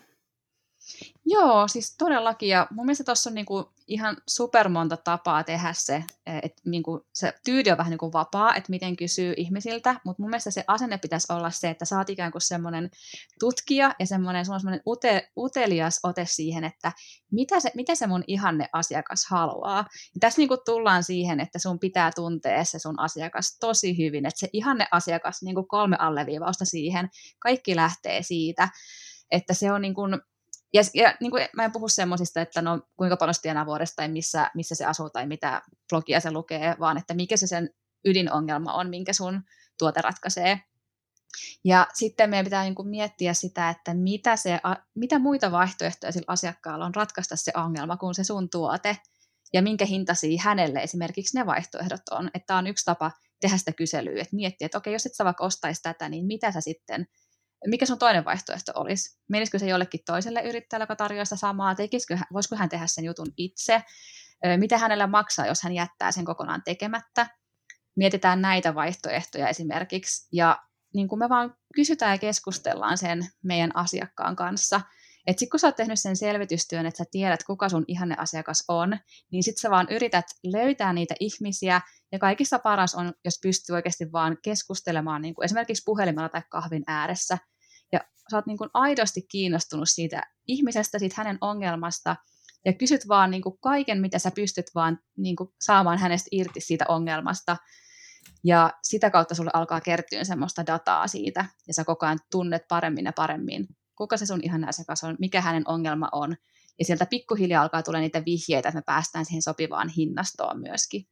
Joo, siis todellakin, ja mun mielestä tuossa on ihan super monta tapaa tehdä se, että se tyyli on vähän vapaa, että miten kysyy ihmisiltä, mutta mun mielestä se asenne pitäisi olla se, että sä oot ikään kuin semmoinen tutkija ja semmoinen utelias ote siihen, että mitä se mun ihanne asiakas haluaa. Ja tässä tullaan siihen, että sun pitää tuntea se sun asiakas tosi hyvin, että se ihanne asiakas, 3 alleviivausta siihen, kaikki lähtee siitä, että se on Ja mä en puhu semmoisista, että no kuinka paljon se tienaa vuodesta tai missä se asuu tai mitä blogia se lukee, vaan että mikä se sen ydinongelma on, minkä sun tuote ratkaisee. Ja sitten meidän pitää miettiä sitä, että mitä muita vaihtoehtoja sillä asiakkaalla on ratkaista se ongelma kuin se sun tuote, ja minkä hintaisia hänelle esimerkiksi ne vaihtoehdot on. Että tämä on yksi tapa tehdä sitä kyselyä, että miettiä, että okei, jos et sä vaikka ostaisi tätä, niin mitä sä sitten, mikä sun toinen vaihtoehto olisi? Menisikö se jollekin toiselle yrittäjälle, joka tarjoaa sitä samaa? Voisiko hän tehdä sen jutun itse? Mitä hänellä maksaa, jos hän jättää sen kokonaan tekemättä? Mietitään näitä vaihtoehtoja esimerkiksi. Ja me vaan kysytään ja keskustellaan sen meidän asiakkaan kanssa, Että sitten kun sä oot tehnyt sen selvitystyön, että sä tiedät, kuka sun ihanne asiakas on, niin sitten sä vaan yrität löytää niitä ihmisiä, ja kaikista paras on, jos pystyy oikeasti vaan keskustelemaan niin kuin esimerkiksi puhelimella tai kahvin ääressä, ja sä oot niin kuin aidosti kiinnostunut siitä ihmisestä, siitä hänen ongelmasta, ja kysyt vaan niin kuin kaiken, mitä sä pystyt vaan niin kuin saamaan hänestä irti siitä ongelmasta, ja sitä kautta sulle alkaa kertyä semmoista dataa siitä, ja sä koko ajan tunnet paremmin ja paremmin, kuka se sun ihanne asiakas on, mikä hänen ongelma on, ja sieltä pikkuhiljaa alkaa tulla niitä vihjeitä, että me päästään siihen sopivaan hinnastoon myöskin.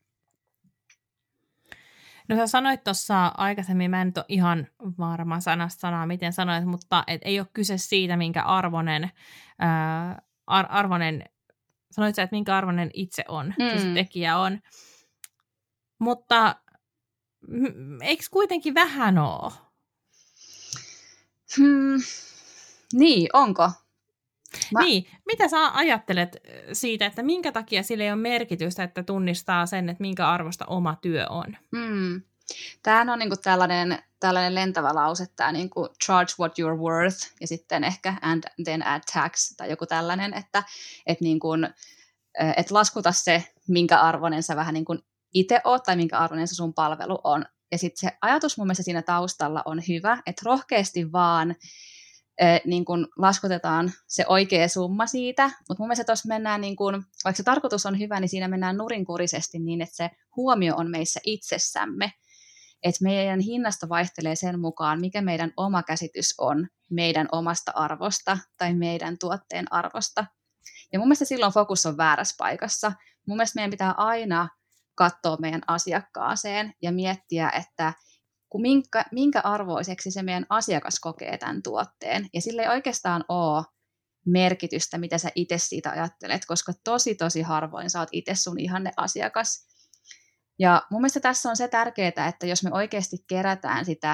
No sä sanoit tuossa aikaisemmin, mä en ole ihan varma sanasta sanaa, miten sanoit, mutta et ei ole kyse siitä, minkä arvoinen, sanoit sä, että minkä arvoinen itse on, se tekijä on. Mutta eikö kuitenkin vähän ole? Niin, onko? Niin, mitä sä ajattelet siitä, että minkä takia sillä ei ole merkitystä, että tunnistaa sen, että minkä arvosta oma työ on? Tämähän on niinku tällainen lentävä lause, tämä niinku charge what you're worth, ja sitten ehkä and then add tax, tai joku tällainen, että niinku, et laskuta se, minkä arvoinen sä vähän niinku itse oot, tai minkä arvoinen se sun palvelu on. Ja sitten se ajatus mun mielestä siinä taustalla on hyvä, että rohkeasti vaan niin kun laskutetaan se oikea summa siitä, mutta mun mielestä tuossa mennään, niin kun, vaikka se tarkoitus on hyvä, niin siinä mennään nurinkurisesti niin, että se huomio on meissä itsessämme, että meidän hinnasto vaihtelee sen mukaan, mikä meidän oma käsitys on meidän omasta arvosta tai meidän tuotteen arvosta. Ja mun mielestä silloin fokus on väärässä paikassa. Mun mielestä meidän pitää aina katsoa meidän asiakkaaseen ja miettiä, että minkä arvoiseksi se meidän asiakas kokee tämän tuotteen. Ja sillä ei oikeastaan ole merkitystä, mitä sä itse siitä ajattelet, koska tosi harvoin sä oot itse sun ihanne asiakas. Ja mun mielestä tässä on se tärkeää, että jos me oikeasti kerätään sitä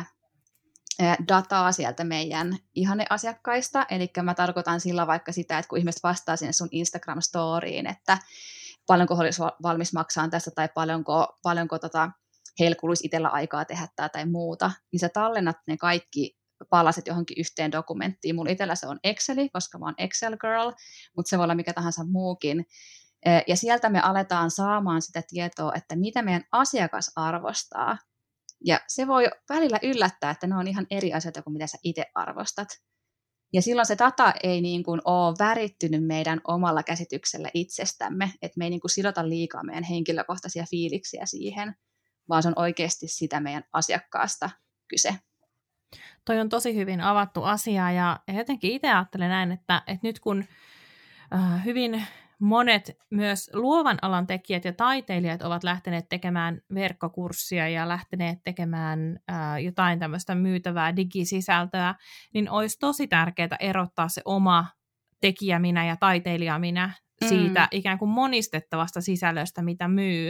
dataa sieltä meidän ihanneasiakkaista, eli mä tarkoitan sillä vaikka sitä, että kun ihmiset vastaa sinne sun Instagram-storiin, että paljonko olisi valmis maksaa tästä tai paljonko heillä kuluisi itsellä aikaa tehdä tätä tai muuta, niin sä tallennat ne kaikki palaset johonkin yhteen dokumenttiin. Mulla itsellä se on Exceli, koska mä oon Excel girl, mutta se voi olla mikä tahansa muukin. Ja sieltä me aletaan saamaan sitä tietoa, että mitä meidän asiakas arvostaa. Ja se voi välillä yllättää, että ne on ihan eri asioita kuin mitä sä itse arvostat. Ja silloin se data ei niin kuin ole värittynyt meidän omalla käsityksellä itsestämme, että me ei niin kuin sidota liikaa meidän henkilökohtaisia fiiliksiä siihen, vaan se on oikeasti sitä meidän asiakkaasta kyse. Toi on tosi hyvin avattu asia ja jotenkin itse ajattelen näin, että nyt kun hyvin monet myös luovan alan tekijät ja taiteilijat ovat lähteneet tekemään verkkokurssia ja lähteneet tekemään jotain tämmöistä myytävää digisisältöä, niin olisi tosi tärkeää erottaa se oma tekijäminä ja taiteilijaminä siitä ikään kuin monistettavasta sisällöstä, mitä myy.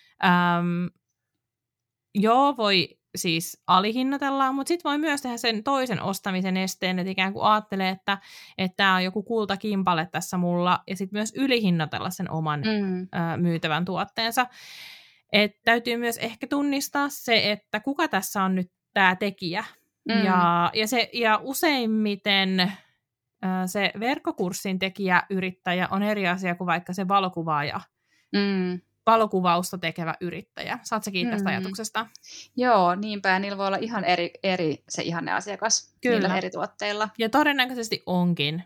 Joo, voi siis alihinnoitella, mutta sitten voi myös tehdä sen toisen ostamisen esteen, että ikään kuin ajattelee, että tämä on joku kultakimpale tässä mulla, ja sitten myös ylihinnoitella sen oman myytävän tuotteensa. Et täytyy myös ehkä tunnistaa se, että kuka tässä on nyt tämä tekijä. Ja useimmiten se verkkokurssin tekijä, yrittäjä on eri asia kuin vaikka se valokuvaaja. Valokuvausta tekevä yrittäjä. Saat sä kiinni tästä ajatuksesta? Joo, niinpä. Ja niillä voi olla ihan eri se ihanne asiakas. Kyllä. Niillä eri tuotteilla. Ja todennäköisesti onkin.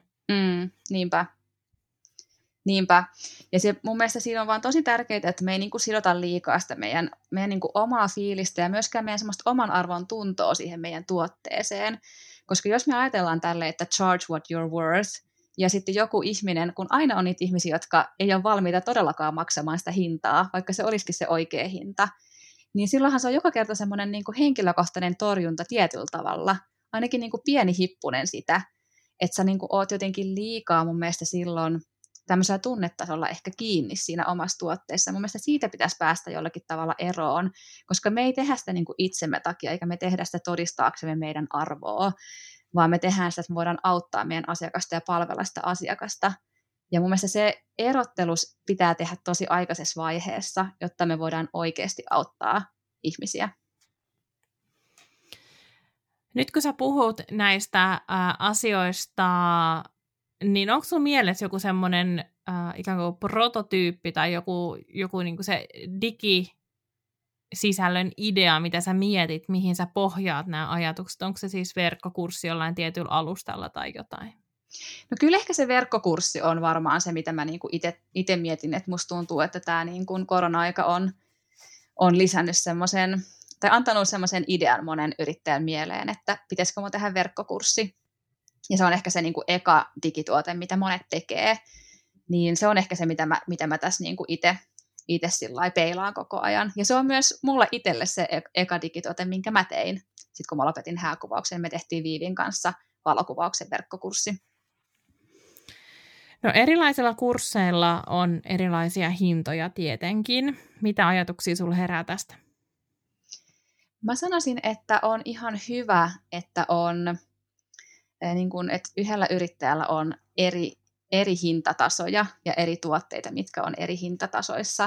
Niinpä. Ja se, mun mielestä siinä on vaan tosi tärkeää, että me ei niinku sidota liikaa sitä meidän niinku omaa fiilistä ja myöskään meidän semmoista oman arvon tuntoa siihen meidän tuotteeseen. Koska jos me ajatellaan tälleen, että charge what you're worth, ja sitten joku ihminen, kun aina on niitä ihmisiä, jotka ei ole valmiita todellakaan maksamaan sitä hintaa, vaikka se olisikin se oikea hinta, niin silloinhan se on joka kerta semmoinen niin kuin henkilökohtainen torjunta tietyllä tavalla, ainakin niin kuin pieni hippunen sitä, että sä niin kuin oot jotenkin liikaa mun mielestä silloin tämmöisellä tunnetasolla ehkä kiinni siinä omassa tuotteessa. Mun mielestä siitä pitäisi päästä jollakin tavalla eroon, koska me ei tehdä sitä niin kuin itsemme takia, eikä me tehdä sitä todistaaksemme meidän arvoa, vaan me tehdään sitä, että me voidaan auttaa meidän asiakasta ja palvella sitä asiakasta. Ja mun mielestä se erottelus pitää tehdä tosi aikaisessa vaiheessa, jotta me voidaan oikeasti auttaa ihmisiä. Nyt kun sä puhut näistä asioista niin onko sun mielessä joku semmoinen ikään kuin prototyyppi tai joku niin kuin se digisisällön idea, mitä sä mietit, mihin sä pohjaat nämä ajatukset? Onko se siis verkkokurssi jollain tietyllä alustalla tai jotain? No kyllä ehkä se verkkokurssi on varmaan se, mitä mä niinku itse mietin, että musta tuntuu, että tämä niinku korona-aika on lisännyt semmoisen, tai antanut semmoisen idean monen yrittäjän mieleen, että pitäisikö mun tehdä verkkokurssi. Ja se on ehkä se niinku eka digituote, mitä monet tekee. Niin se on ehkä se, mitä mä tässä niinku itse sillai peilaan koko ajan. Ja se on myös mulle itselle se eka digituote, minkä mä tein. Sitten kun mä lopetin hääkuvauksen, me tehtiin Viivin kanssa valokuvauksen verkkokurssi. No erilaisilla kursseilla on erilaisia hintoja tietenkin. Mitä ajatuksia sulla herää tästä? Mä sanoisin, että on ihan hyvä, että on niin kun, että yhdellä yrittäjällä on eri hintatasoja ja eri tuotteita, mitkä on eri hintatasoissa.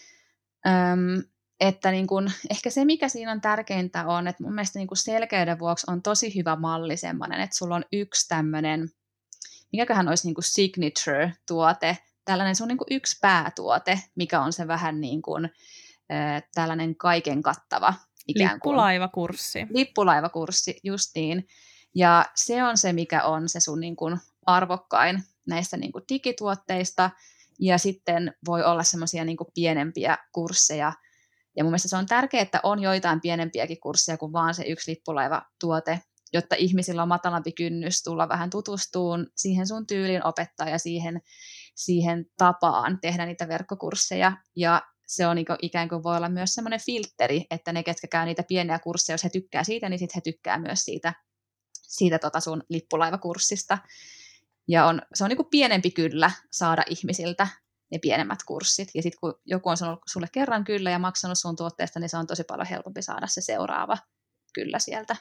Että niin kun, ehkä se, mikä siinä on tärkeintä on, että mun mielestä niin kun selkeyden vuoksi on tosi hyvä malli semmoinen, että sulla on yksi tämmöinen, mikäköhän olisi niin kuin signature-tuote, tällainen se on niin kuin yksi päätuote, mikä on se vähän niin kuin tällainen kaiken kattava ikään kuin. Lippulaivakurssi. Lippulaivakurssi, just niin. Ja se on se, mikä on se sun niin kuin arvokkain näistä niin kuin digituotteista, ja sitten voi olla semmoisia niin kuin pienempiä kursseja, ja mun mielestä se on tärkeää, että on joitain pienempiäkin kursseja kuin vaan se yksi lippulaivatuote, jotta ihmisillä on matalampi kynnys tulla vähän tutustumaan siihen sun tyyliin opettaa ja siihen tapaan tehdä niitä verkkokursseja. Ja se on ikään kuin voi olla myös semmoinen filtteri, että ne, ketkä käy niitä pieniä kursseja, jos he tykkää siitä, niin sitten he tykkää myös siitä sun lippulaivakurssista. Ja se on niin kuin pienempi kyllä saada ihmisiltä ne pienemmät kurssit. Ja sitten kun joku on sanonut sulle kerran kyllä ja maksanut sun tuotteesta, niin se on tosi paljon helpompi saada se seuraava kyllä sieltä.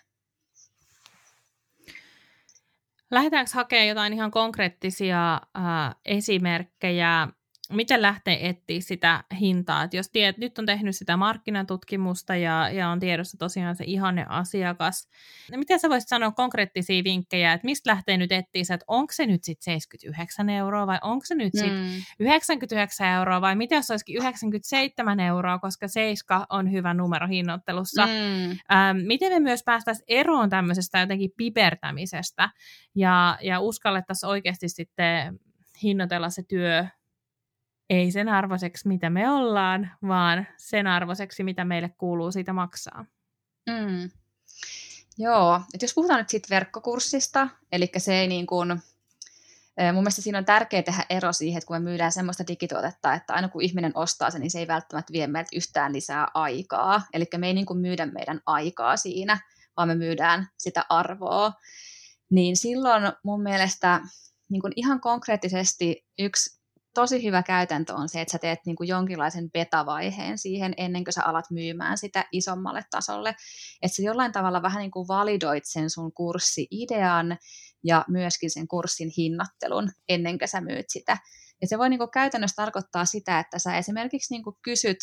Lähdetäänkö hakemaan jotain ihan konkreettisia esimerkkejä, miten lähtee etsiä sitä hintaa? Et jos nyt on tehnyt sitä markkinatutkimusta ja on tiedossa tosiaan se ihanne asiakas, niin miten sä voisit sanoa konkreettisia vinkkejä, että mistä lähtee nyt etsiä, että onko se nyt sitten 79 € vai onko se nyt sitten 99 € vai mitä jos olisikin 97 €, koska 7 on hyvä numero hinnoittelussa. Miten me myös päästäisiin eroon tämmöisestä jotenkin pipertämisestä ja uskallettaisiin oikeasti sitten hinnoitella se työ ei sen arvoiseksi, mitä me ollaan, vaan sen arvoiseksi, mitä meille kuuluu siitä maksaa. Joo, että jos puhutaan nyt siitä verkkokurssista, eli se ei niin kuin, mun mielestä siinä on tärkeää tehdä ero siihen, että kun me myydään semmoista digituotetta, että aina kun ihminen ostaa sen, niin se ei välttämättä vie meiltä yhtään lisää aikaa. Eli me ei niin kuin myydä meidän aikaa siinä, vaan me myydään sitä arvoa. Niin silloin mun mielestä niin kuin ihan konkreettisesti yksi tosi hyvä käytäntö on se, että sä teet niin kuin jonkinlaisen beta-vaiheen siihen ennen kuin sä alat myymään sitä isommalle tasolle. Että sä jollain tavalla vähän niin kuin validoit sen sun kurssi-idean ja myöskin sen kurssin hinnoittelun ennen kuin sä myyt sitä. Ja se voi niin kuin käytännössä tarkoittaa sitä, että sä esimerkiksi niin kuin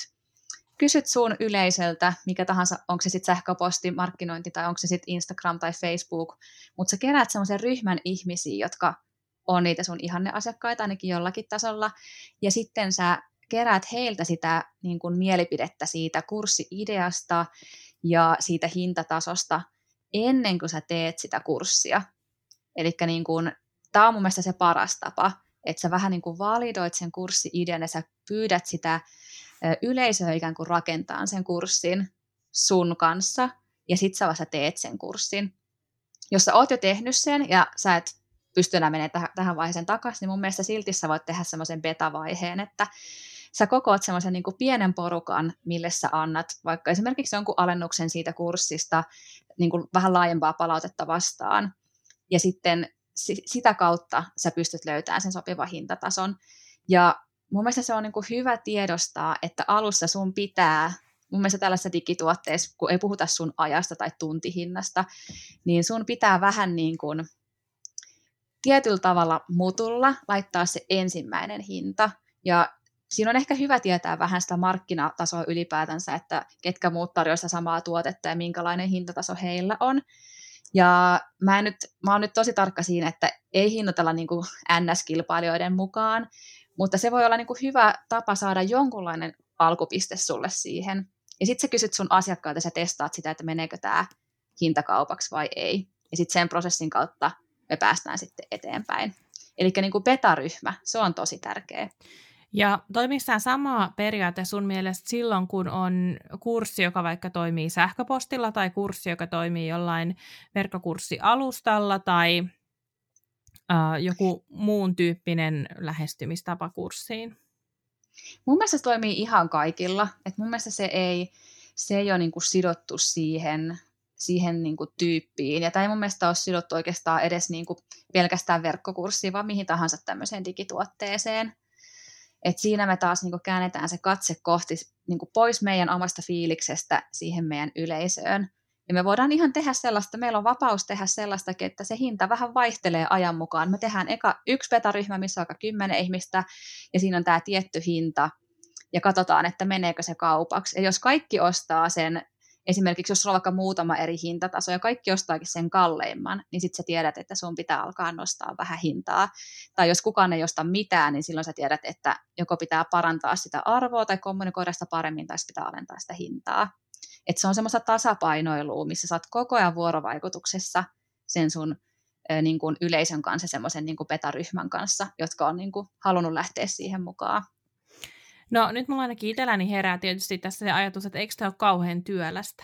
kysyt sun yleisöltä, mikä tahansa, onko se sitten sähköposti, markkinointi tai onko se sitten Instagram tai Facebook, mutta sä keräät semmoisen ryhmän ihmisiä, jotka on niitä sun ihanneasiakkaita ainakin jollakin tasolla, ja sitten sä keräät heiltä sitä niin kuin mielipidettä siitä kurssi-ideasta ja siitä hintatasosta ennen kuin sä teet sitä kurssia. Eli niin kuin, tää on mun mielestä se paras tapa, että sä vähän niin kuin validoit sen kurssi-idean ja sä pyydät sitä yleisöä ikään kuin rakentaa sen kurssin sun kanssa, ja sit sä vasta teet sen kurssin. Jos sä oot jo tehnyt sen ja sä et pysty enää menemään tähän vaiheeseen takaisin, niin mun mielestä silti sä voit tehdä semmoisen beta-vaiheen, että sä kokoat semmoisen niin kuin pienen porukan, mille sä annat vaikka esimerkiksi jonkun alennuksen siitä kurssista niin kuin vähän laajempaa palautetta vastaan, ja sitten sitä kautta sä pystyt löytämään sen sopivan hintatason. Ja mun mielestä se on niin kuin hyvä tiedostaa, että alussa sun pitää, mun mielestä tällaisessa digituotteessa, kun ei puhuta sun ajasta tai tuntihinnasta, niin sun pitää vähän niin kuin tietyllä tavalla mutulla laittaa se ensimmäinen hinta. Ja siinä on ehkä hyvä tietää vähän sitä markkinatasoa ylipäätänsä, että ketkä muut tarjoavat samaa tuotetta ja minkälainen hintataso heillä on. Ja mä oon nyt tosi tarkka siinä, että ei hinnoitella niin kuin NS-kilpailijoiden mukaan, mutta se voi olla niin kuin hyvä tapa saada jonkunlainen alkupiste sulle siihen. Ja sitten sä kysyt sun asiakkaalta ja sä testaat sitä, että meneekö tämä hintakaupaksi vai ei. Ja sitten sen prosessin kautta me päästään sitten eteenpäin. Eli niin kuin beta-ryhmä, se on tosi tärkeä. Ja toimiiko tämä sama periaate sun mielestä silloin, kun on kurssi, joka vaikka toimii sähköpostilla, tai kurssi, joka toimii jollain verkkokurssialustalla, tai joku muun tyyppinen lähestymistapa kurssiin? Mun mielestä se toimii ihan kaikilla. Et mun mielestä se ei ole niinku sidottu siihen niinku tyyppiin. Ja tämä ei mun mielestä ole sidottu oikeastaan edes niinku pelkästään verkkokurssiin, vaan mihin tahansa tämmöiseen digituotteeseen. Et siinä me taas niinku käännetään se katse kohti niinku pois meidän omasta fiiliksestä siihen meidän yleisöön. Ja me voidaan ihan tehdä sellaista, meillä on vapaus tehdä sellaista, että se hinta vähän vaihtelee ajan mukaan. Me tehdään yksi beta-ryhmä, missä on 10 ihmistä, ja siinä on tämä tietty hinta, ja katsotaan, että meneekö se kaupaksi. Ja jos kaikki ostaa sen, esimerkiksi jos sulla on vaikka muutama eri hintataso, ja kaikki ostaakin sen kalleimman, niin sitten sä tiedät, että sun pitää alkaa nostaa vähän hintaa. Tai jos kukaan ei osta mitään, niin silloin sä tiedät, että joko pitää parantaa sitä arvoa, tai kommunikoida sitä paremmin, tai pitää alentaa sitä hintaa. Että se on semmoista tasapainoilua, missä sä oot koko ajan vuorovaikutuksessa sen sun niin kuin yleisön kanssa, semmoisen niin kuin beta-ryhmän kanssa, jotka on niin kuin halunnut lähteä siihen mukaan. No nyt mulla ainakin itselläni herää tietysti tässä se ajatus, että eikö tämä ole kauhean työlästä?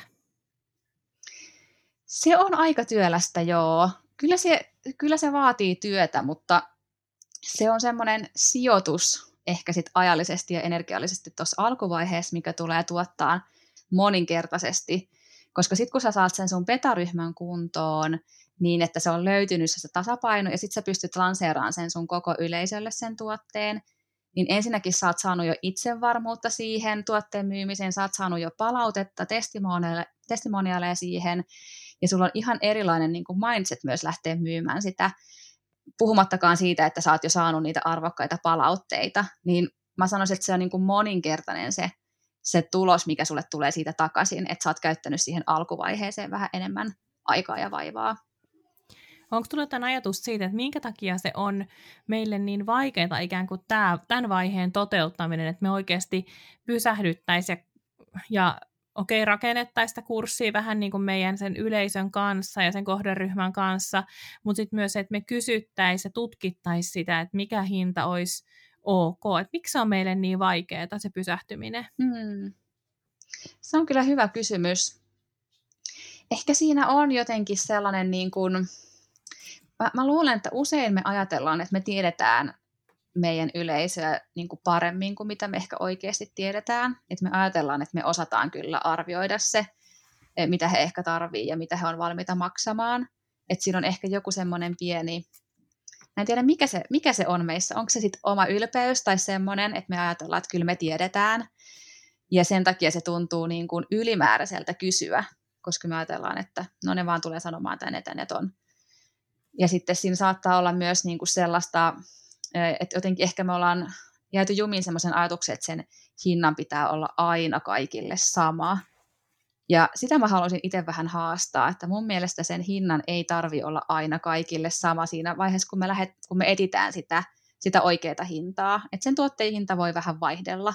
Se on aika työlästä, joo. Kyllä se vaatii työtä, mutta se on semmoinen sijoitus ehkä sit ajallisesti ja energiallisesti tuossa alkuvaiheessa, mikä tulee tuottaa moninkertaisesti, koska sitten kun sä saat sen sun beta-ryhmän kuntoon, niin että se on löytynyt se tasapaino, ja sitten sä pystyt lanseeraamaan sen sun koko yleisölle sen tuotteen, niin ensinnäkin sä oot saanut jo itsevarmuutta siihen tuotteen myymiseen, sä oot saanut jo palautetta, testimoniaaleja siihen, ja sulla on ihan erilainen niin kuin mindset myös lähteä myymään sitä, puhumattakaan siitä, että sä oot jo saanut niitä arvokkaita palautteita, niin mä sanoisin, että se on niin kuin moninkertainen se tulos, mikä sulle tulee siitä takaisin, että sä oot käyttänyt siihen alkuvaiheeseen vähän enemmän aikaa ja vaivaa. Onko tullut jotain ajatus siitä, että minkä takia se on meille niin vaikeaa ikään kuin tämän vaiheen toteuttaminen, että me oikeasti pysähdyttäisiin ja rakennettaisiin sitä kurssia vähän niin kuin meidän sen yleisön kanssa ja sen kohderyhmän kanssa, mutta sitten myös, että me kysyttäisiin ja tutkittaisiin sitä, että mikä hinta olisi ok, että miksi se on meille niin vaikeaa se pysähtyminen? Se on kyllä hyvä kysymys. Ehkä siinä on jotenkin sellainen, niin kuin, mä luulen, että usein me ajatellaan, että me tiedetään meidän yleisöä niin kuin paremmin kuin mitä me ehkä oikeasti tiedetään. Että me ajatellaan, että me osataan kyllä arvioida se, mitä he ehkä tarvii ja mitä he on valmiita maksamaan. Että siinä on ehkä joku semmoinen pieni, mä en tiedä mikä se on meissä. Onko se sitten oma ylpeys tai semmoinen, että me ajatellaan, että kyllä me tiedetään. Ja sen takia se tuntuu niin kuin ylimääräiseltä kysyä, koska me ajatellaan, että no ne vaan tulee sanomaan tänne ton. Ja sitten siinä saattaa olla myös niin kuin sellaista, että jotenkin ehkä me ollaan jääty jumiin semmoisen ajatuksen, että sen hinnan pitää olla aina kaikille sama. Ja sitä mä haluaisin itse vähän haastaa, että mun mielestä sen hinnan ei tarvi olla aina kaikille sama siinä vaiheessa, kun me etitään sitä oikeaa hintaa. Että sen tuotteen hinta voi vähän vaihdella,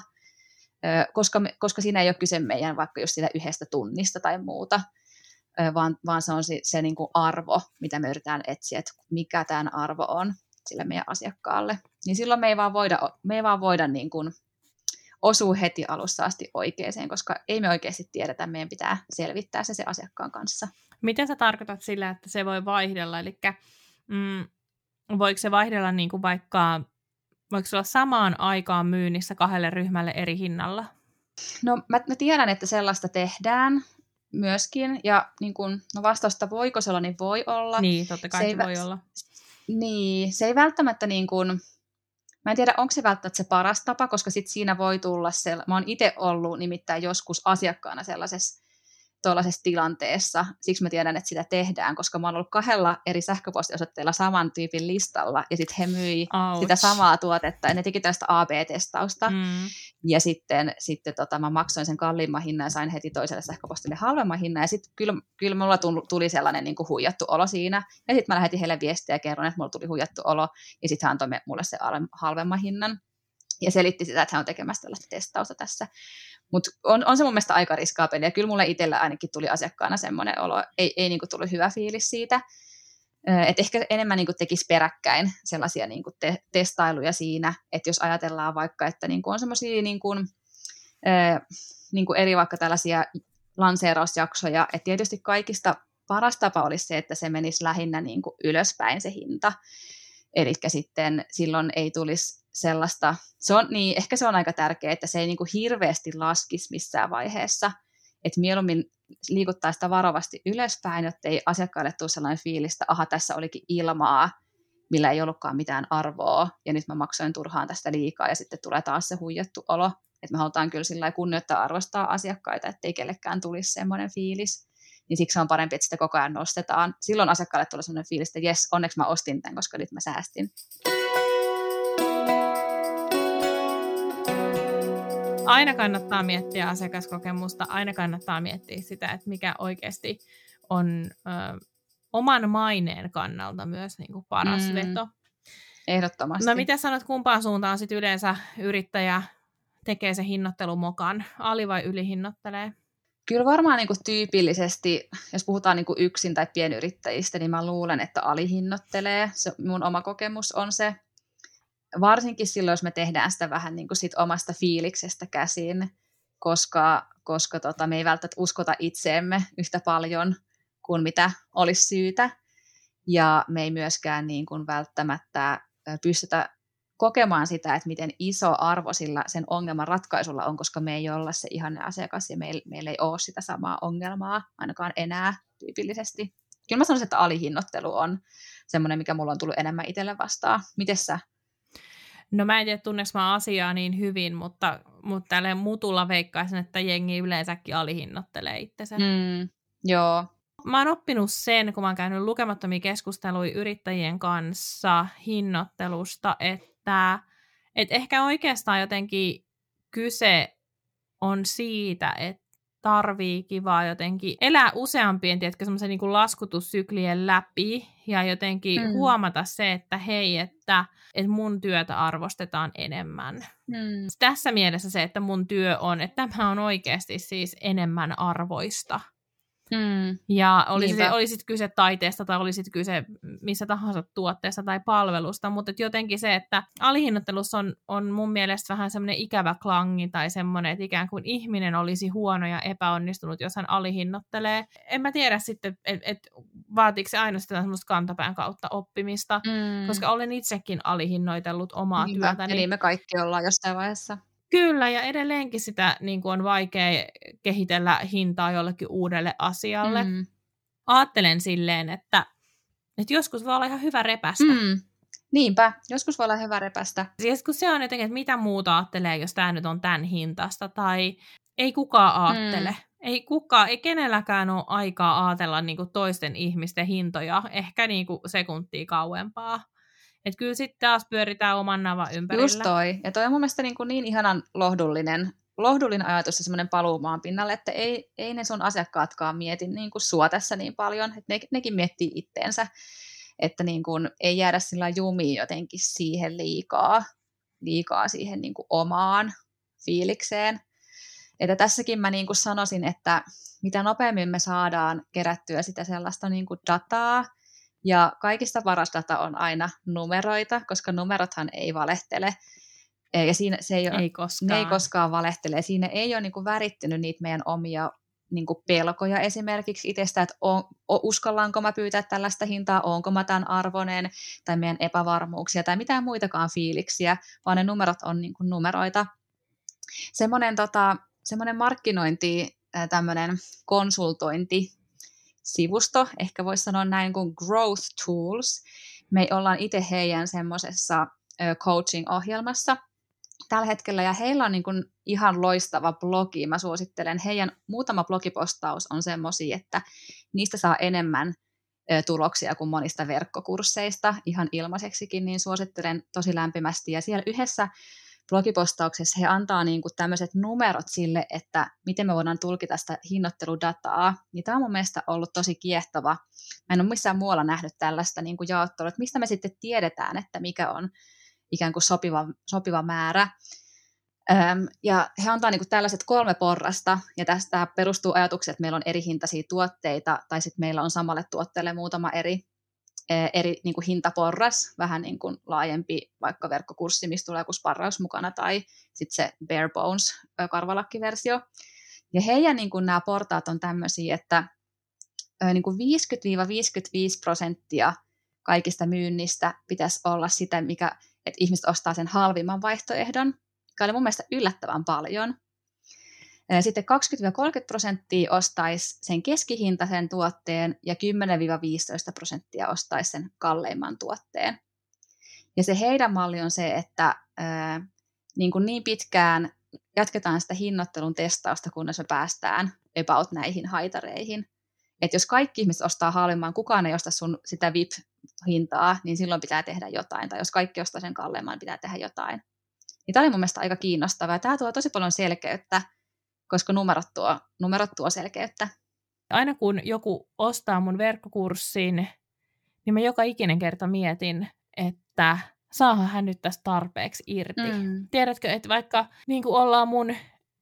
koska siinä ei ole kyse meidän vaikka just sitä yhdestä tunnista tai muuta, vaan se on se niin kuin arvo, mitä me yritetään etsiä, että mikä tämän arvo on sille meidän asiakkaalle. Niin silloin me ei vaan voida niin kuin osua heti alussa asti oikeeseen, koska ei me oikeasti tiedetä, meidän pitää selvittää se asiakkaan kanssa. Miten sä tarkoitat sillä, että se voi vaihdella? Eli voiko se vaihdella niin kuin vaikka, voiko se olla samaan aikaan myynnissä 2 ryhmälle eri hinnalla? No mä tiedän, että sellaista tehdään myöskin, ja niin kun, no vastausta voiko se olla, niin voi olla. Niin, totta kai se voi olla. Niin, se ei välttämättä niin kuin, mä en tiedä, onko se välttämättä se paras tapa, koska sit siinä voi tulla mä oon itse ollut nimittäin joskus asiakkaana sellaisessa tilanteessa, siksi mä tiedän, että sitä tehdään, koska mä oon ollut 2 eri sähköpostiosoitteilla saman tyypin listalla, ja sitten he myi sitä samaa tuotetta, ja ne teki tällaista AB-testausta, Ja sitten mä maksoin sen kalliimman hinnan ja sain heti toiselle sähköpostille halvemman hinnan. Ja sitten kyllä mulla tuli sellainen niin kuin huijattu olo siinä. Ja sitten mä lähetin heille viestiä ja kerron, että mulla tuli huijattu olo. Ja sitten hän antoi mulle se halvemman hinnan. Ja selitti sitä, että hän on tekemässä tällaista testausta tässä. Mutta on se mun mielestä aika riskaa peliä. Ja kyllä mulle itsellä ainakin tuli asiakkaana semmoinen olo. Ei niin kuin tullut hyvä fiilis siitä. Että ehkä enemmän niin kuin tekisi peräkkäin sellaisia niin kuin testailuja siinä, että jos ajatellaan vaikka, että niin kuin on semmoisia niin kuin eri vaikka tällaisia lanseerausjaksoja, että tietysti kaikista paras tapa olisi se, että se menisi lähinnä niin kuin ylöspäin se hinta, eli sitten silloin ei tulisi sellaista, ehkä se on aika tärkeää, että se ei niin kuin hirveästi laskisi missään vaiheessa, että mieluummin liikuttaa sitä varovasti ylöspäin, jotta ei asiakkaille tule sellainen fiilis, että aha, tässä olikin ilmaa, millä ei ollutkaan mitään arvoa, ja nyt mä maksoin turhaan tästä liikaa, ja sitten tulee taas se huijattu olo. Että me halutaan kyllä sillä kunnioittaa arvostaa asiakkaita, ettei kellekään tulisi semmoinen fiilis. Niin siksi on parempi, että sitä koko ajan nostetaan. Silloin asiakkaalle tulee semmoinen fiilis, että jes, onneksi mä ostin tämän, koska nyt mä säästin. Aina kannattaa miettiä asiakaskokemusta, aina kannattaa miettiä sitä, että mikä oikeasti on oman maineen kannalta myös niin kuin paras veto. Ehdottomasti. No mitä sanot, kumpaan suuntaan sitten yleensä yrittäjä tekee se hinnoittelumokan? Ali- vai ylihinnoittelee? Kyllä varmaan niin kuin tyypillisesti, jos puhutaan niin kuin yksin- tai pienyrittäjistä, niin mä luulen, että alihinnoittelee. Mun oma kokemus on se. Varsinkin silloin, jos me tehdään sitä vähän niin kuin sit omasta fiiliksestä käsin, koska me ei välttämättä uskota itseemme yhtä paljon kuin mitä olisi syytä. Ja me ei myöskään niin kuin välttämättä pystytä kokemaan sitä, että miten iso arvo sillä sen ongelman ratkaisulla on, koska me ei olla se ihanne asiakas ja meillä ei ole sitä samaa ongelmaa ainakaan enää tyypillisesti. Kyllä mä sanoisin, että alihinnoittelu on semmoinen, mikä mulla on tullut enemmän itselle vastaan. Mites sä? No mä en tiedä, tunneks mä asiaa niin hyvin, mutta tälleen mutulla veikkaisin, että jengi yleensäkin alihinnoittelee itsensä. Joo. Mä oon oppinut sen, kun mä oon käynyt lukemattomia keskusteluja yrittäjien kanssa hinnoittelusta, että ehkä oikeastaan jotenkin kyse on siitä, että tarviikin vaan jotenkin elää useampien, tiedätkö, semmoisen niin kuin laskutussyklien läpi ja jotenkin huomata se, että hei, että mun työtä arvostetaan enemmän. Tässä mielessä se, että mun työ on, että tämä on oikeasti siis enemmän arvoista. Ja olisit kyse taiteesta tai olisit kyse missä tahansa tuotteesta tai palvelusta, mutta jotenkin se, että alihinnoittelussa on mun mielestä vähän semmoinen ikävä klangi tai semmoinen, että ikään kuin ihminen olisi huono ja epäonnistunut, jos hän alihinnoittelee. En mä tiedä sitten, että vaatiiko se aina sitä semmoista kantapään kautta oppimista, koska olen itsekin alihinnoitellut omaa työtäni. Eli me kaikki ollaan jostain vaiheessa. Kyllä, ja edelleenkin sitä niin kuin on vaikea kehitellä hintaa jollekin uudelle asialle. Ajattelen silleen, että joskus voi olla ihan hyvä repästä. Niinpä, joskus voi olla hyvä repästä. Siis kun se on jotenkin, että mitä muuta ajattelee, jos tämä nyt on tämän hintasta, tai ei kukaan ajattele. Ei kenelläkään ole aikaa ajatella niin kuin toisten ihmisten hintoja, ehkä niin kuin sekuntia kauempaa. Että kyllä sitten taas pyöritään oman navan ympärillä. Just toi. Ja toi on mun mielestä niin ihanan lohdullinen ajatus ja semmoinen paluu maan pinnalle, että ei ne sun asiakkaatkaan mieti niin kuin sua tässä niin paljon. Että nekin miettii itteensä, että niin kuin ei jäädä sillä jumiin jotenkin siihen liikaa siihen niin kuin omaan fiilikseen. Että tässäkin mä niin kuin sanoisin, että mitä nopeammin me saadaan kerättyä sitä sellaista niin kuin dataa, ja kaikista paras data on aina numeroita, koska numerothan ei valehtele. Ja siinä ne ei koskaan valehtele. Siinä ei ole niin kuin värittynyt niitä meidän omia niin kuin pelkoja esimerkiksi itsestä, että uskallanko mä pyytää tällaista hintaa, onko mä tämän arvoinen, tai meidän epävarmuuksia, tai mitään muitakaan fiiliksiä, vaan ne numerot on niin kuin numeroita. Semmoinen markkinointi, tämmöinen konsultointi, sivusto, ehkä voisi sanoa näin kuin Growth Tools. Me ollaan itse heidän semmoisessa coaching-ohjelmassa tällä hetkellä, ja heillä on niin kuin ihan loistava blogi. Mä suosittelen, heidän muutama blogipostaus on semmoisia, että niistä saa enemmän tuloksia kuin monista verkkokursseista, ihan ilmaiseksikin, niin suosittelen tosi lämpimästi. Ja siellä yhdessä blogipostauksessa he antaa niin kuin tämmöiset numerot sille, että miten me voidaan tulkita sitä hinnoitteludataa, niin tämä on mun mielestä ollut tosi kiehtova. Mä en ole missään muualla nähnyt tällaista niin kuin jaottelua, että mistä me sitten tiedetään, että mikä on ikään kuin sopiva määrä. Ja he antaa niin kuin tällaiset 3 porrasta, ja tästä perustuu ajatukseen, että meillä on eri hintaisia tuotteita, tai sitten meillä on samalle tuotteelle muutama eri niin kuin hintaporras, vähän niin kuin laajempi vaikka verkkokurssi, mistä tulee joku sparraus mukana, tai sitten se bare bones karvalakkiversio. Ja heidän niin kuin nämä portaat on tämmöisiä, että niin kuin 50-55% kaikista myynnistä pitäisi olla sitä, että ihmiset ostaa sen halvimman vaihtoehdon, mikä oli mun mielestä yllättävän paljon. Sitten 20-30% ostaisi sen keskihintaisen tuotteen ja 10-15% ostaisi sen kalleimman tuotteen. Ja se heidän malli on se, että niin pitkään jatketaan sitä hinnoittelun testausta, kunnes me päästään about näihin haitareihin. Että jos kaikki ihmiset ostaa halvemman, kukaan ei osta sun sitä VIP-hintaa, niin silloin pitää tehdä jotain. Tai jos kaikki ostaa sen kalleimman, pitää tehdä jotain. Ja tämä oli mun mielestä aika kiinnostavaa. Tämä tuo tosi paljon selkeyttä, koska numerot tuo selkeyttä. Aina kun joku ostaa mun verkkokurssin, niin mä joka ikinen kerta mietin, että saahan hän nyt tästä tarpeeksi irti. Tiedätkö, että vaikka niin kuin ollaan mun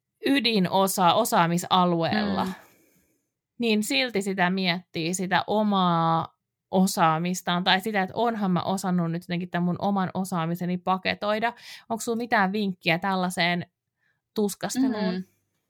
osaamisalueella, niin silti sitä miettii sitä omaa osaamistaan, tai sitä, että onhan mä osannut nyt jotenkin tämän mun oman osaamiseni paketoida. Onko sulla mitään vinkkiä tällaiseen tuskasteluun?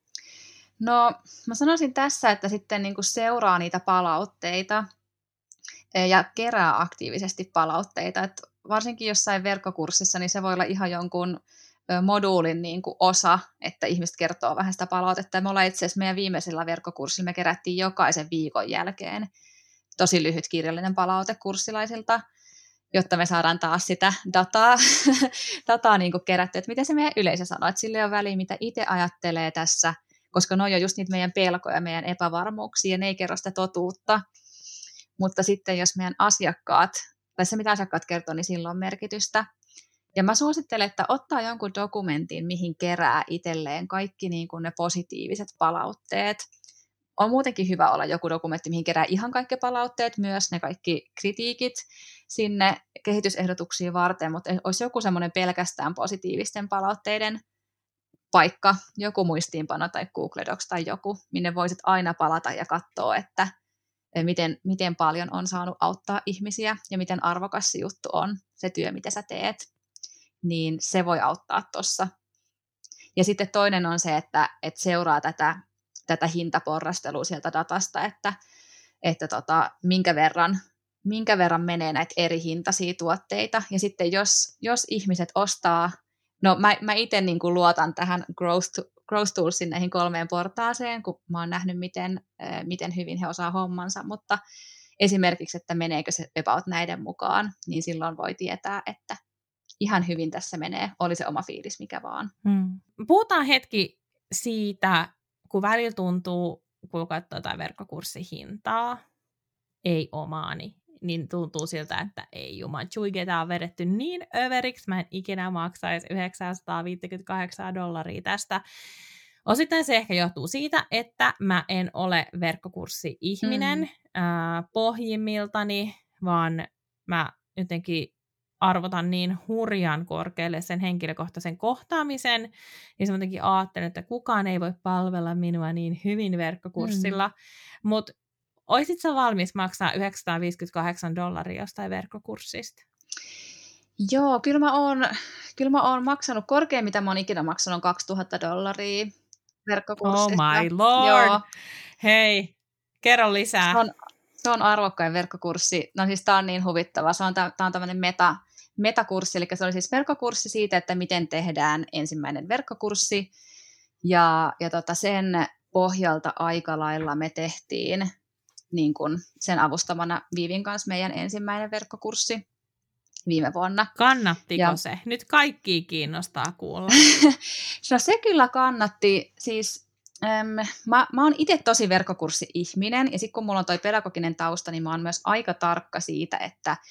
No, mä sanoisin tässä, että sitten niin kuin seuraa niitä palautteita ja kerää aktiivisesti palautteita. Et varsinkin jossain verkkokurssissa, niin se voi olla ihan jonkun moduulin niin kuin osa, että ihmiset kertoo vähän sitä palautetta. Me ollaan itse asiassa meidän viimeisellä verkkokurssilla, me kerättiin jokaisen viikon jälkeen tosi lyhyt kirjallinen palaute kurssilaisilta, jotta me saadaan taas sitä dataa niin kuin kerätty, että miten se meidän yleisö sanoo, että sillä ei ole väliä, mitä itse ajattelee tässä, koska ne on just niitä meidän pelkoja, meidän epävarmuuksia, ja ne ei kerro sitä totuutta. Mutta sitten jos meidän asiakkaat, tai se mitä asiakkaat kertoo, niin sillä on merkitystä. Ja mä suosittelen, että ottaa jonkun dokumentin, mihin kerää itselleen kaikki niin kuin ne positiiviset palautteet. On muutenkin hyvä olla joku dokumentti, mihin kerää ihan kaikki palautteet, myös ne kaikki kritiikit sinne kehitysehdotuksiin varten, mutta olisi joku semmoinen pelkästään positiivisten palautteiden paikka, joku muistiinpano tai Google Docs tai joku, minne voisit aina palata ja katsoa, että miten paljon on saanut auttaa ihmisiä ja miten arvokas se juttu on, se työ, mitä sä teet, niin se voi auttaa tuossa. Ja sitten toinen on se, että seuraa tätä hintaporrastelua sieltä datasta, että minkä verran menee näitä eri hintaisia tuotteita. Ja sitten jos ihmiset ostaa, no mä itse niin kuin luotan tähän Growth Toolsin näihin 3 portaaseen, kun mä oon nähnyt, miten hyvin he osaa hommansa, mutta esimerkiksi, että meneekö se about näiden mukaan, niin silloin voi tietää, että ihan hyvin tässä menee, oli se oma fiilis mikä vaan. Puhutaan hetki siitä, kun välillä tuntuu, kun katsoo jotain verkkokurssihintaa, ei omaani, niin tuntuu siltä, että ei jumachuike, tämä on vedetty niin överiksi, mä en ikinä maksaisi $958 tästä. Osittain se ehkä johtuu siitä, että mä en ole verkkokurssi-ihminen pohjimmiltani, vaan mä jotenkin arvotan niin hurjan korkealle sen henkilökohtaisen kohtaamisen, ja se jotenkin ajattelen, että kukaan ei voi palvella minua niin hyvin verkkokurssilla, mutta oisit sä valmis maksaa $958 jostain verkkokurssista? Joo, kyllä mä oon maksanut korkein, mitä mä oon ikinä maksanut, $2,000 verkkokurssista. Oh my lord! Joo. Hei, kerro lisää. Se on arvokkain verkkokurssi. No siis tää on niin huvittava. Tää on tämmöinen metakurssi, eli se oli siis verkkokurssi siitä, että miten tehdään ensimmäinen verkkokurssi. Ja sen pohjalta aika lailla me tehtiin niin kun sen avustamana Viivin kanssa meidän ensimmäinen verkkokurssi viime vuonna. Kannattiko se? Nyt kaikki kiinnostaa kuulla. No se kyllä kannatti. Siis mä oon itse tosi verkkokurssi-ihminen, ja sitten kun mulla on toi pedagoginen tausta, niin mä oon myös aika tarkka siitä, että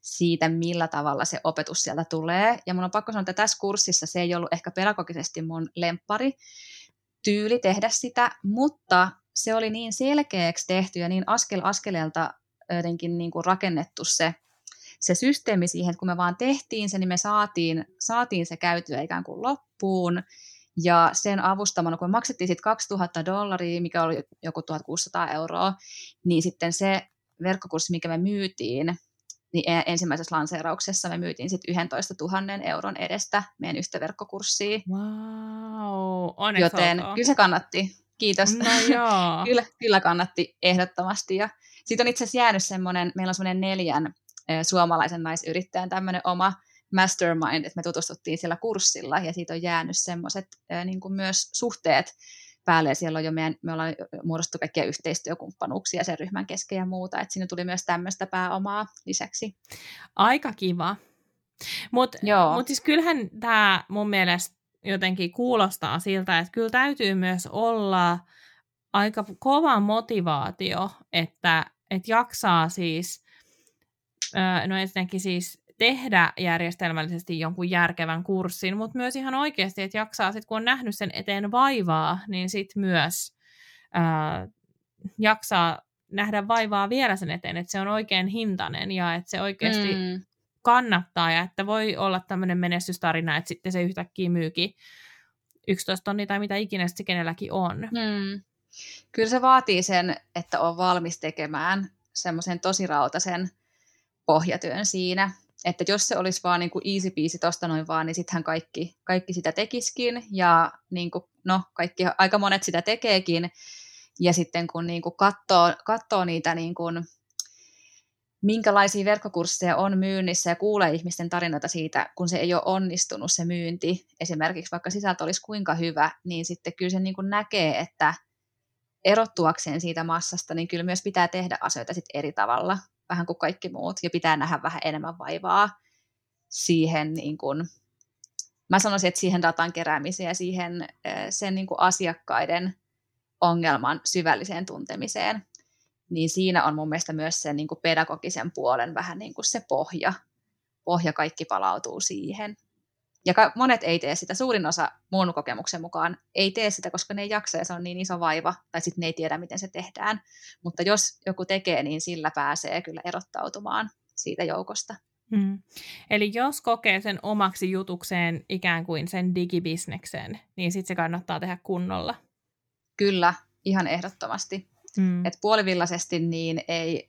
siitä, millä tavalla se opetus sieltä tulee. Ja mun on pakko sanoa, että tässä kurssissa se ei ollut ehkä pedagogisesti mun lemppari tyyli tehdä sitä, mutta se oli niin selkeäksi tehty ja niin askel askeleelta jotenkin niin kuin rakennettu se systeemi siihen, että kun me vaan tehtiin se, niin me saatiin se käytyä ikään kuin loppuun. Ja sen avustamana, kun me maksettiin sitten $2,000, mikä oli joku 1 600 €, niin sitten se verkkokurssi, mikä me myytiin, niin ensimmäisessä lanseerauksessa me myytiin sitten 11 000 € edestä meidän yhtä verkkokurssia. Wow, onneksi joten olkoon. kyllä se kannatti. Kiitos. No joo. kyllä kannatti ehdottomasti. Ja siitä on itse asiassa jäänyt meillä on semmoinen 4 suomalaisen naisyrittäjän tämmöinen oma mastermind, että me tutustuttiin siellä kurssilla, ja siitä on jäänyt semmoiset niin kuin myös suhteet päälle, ja siellä on jo me ollaan muodostettu kaikkia yhteistyökumppanuuksia sen ryhmän kesken ja muuta, että siinä tuli myös tämmöistä pääomaa lisäksi. Aika kiva. Mutta siis kyllähän tämä mun mielestä jotenkin kuulostaa siltä, että kyllä täytyy myös olla aika kova motivaatio, että jaksaa siis, no ensinnäkin siis tehdä järjestelmällisesti jonkun järkevän kurssin, mutta myös ihan oikeasti, että jaksaa sitten, kun on nähnyt sen eteen vaivaa, niin sitten myös jaksaa nähdä vaivaa vielä sen eteen, että se on oikein hintainen ja että se oikeasti kannattaa ja että voi olla tämmöinen menestystarina, että sitten se yhtäkkiä myykin 11 tonnia tai mitä ikinä se kenelläkin on. Kyllä se vaatii sen, että on valmis tekemään semmoisen tosi rautaisen pohjatyön siinä, että jos se olisi vaan niin kuin easy peasy tosta noin vaan, niin sittenhän kaikki sitä tekisikin ja niin kuin, aika monet sitä tekeekin ja sitten kun niin kuin katsoo niitä niin kuin, minkälaisia verkkokursseja on myynnissä ja kuulee ihmisten tarinoita siitä, kun se ei ole onnistunut se myynti, esimerkiksi vaikka sisältö olisi kuinka hyvä, niin sitten kyllä se niin kuin näkee, että erottuakseen siitä massasta, niin kyllä myös pitää tehdä asioita sitten eri tavalla, vähän kuin kaikki muut, ja pitää nähdä vähän enemmän vaivaa siihen, niin kuin, mä sanoisin, että siihen datan keräämiseen ja siihen sen niin kuin asiakkaiden ongelman syvälliseen tuntemiseen, niin siinä on mun mielestä myös sen niin kuin pedagogisen puolen vähän niin kuin se pohja kaikki palautuu siihen. Ja monet ei tee sitä, suurin osa mun kokemuksen mukaan ei tee sitä, koska ne ei jaksa ja se on niin iso vaiva, tai sitten ne ei tiedä, miten se tehdään. Mutta jos joku tekee, niin sillä pääsee kyllä erottautumaan siitä joukosta. Eli jos kokee sen omaksi jutukseen ikään kuin sen digibisnekseen, niin sitten se kannattaa tehdä kunnolla. Kyllä, ihan ehdottomasti. Että puolivillaisesti niin ei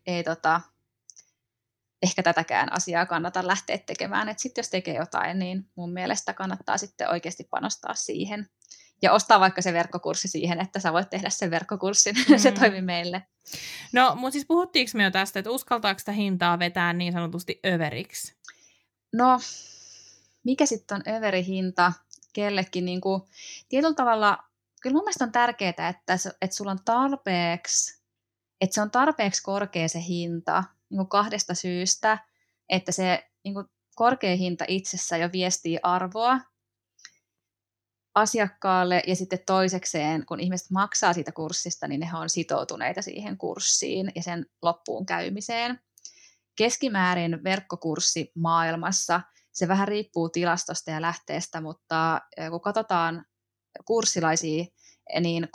ehkä tätäkään asiaa kannata lähteä tekemään. Että sitten jos tekee jotain, niin mun mielestä kannattaa sitten oikeasti panostaa siihen. Ja ostaa vaikka se verkkokurssi siihen, että sä voit tehdä sen verkkokurssin. Se toimii meille. No, mutta siis puhuttiinko me jo tästä, että uskaltaako sitä hintaa vetää niin sanotusti överiksi? No, mikä sitten on överihinta kellekin? Niin kuin, tietyllä tavalla, kyllä mun mielestä on tärkeää, että sulla on tarpeeksi, että se on tarpeeksi korkea se hinta, niin kuin 2 syystä, että se niin kuin korkea hinta itsessään jo viestii arvoa asiakkaalle, ja sitten toisekseen, kun ihmiset maksaa siitä kurssista, niin ne on sitoutuneita siihen kurssiin ja sen loppuun käymiseen. Keskimäärin verkkokurssi maailmassa, se vähän riippuu tilastosta ja lähteestä, mutta kun katsotaan kurssilaisia, niin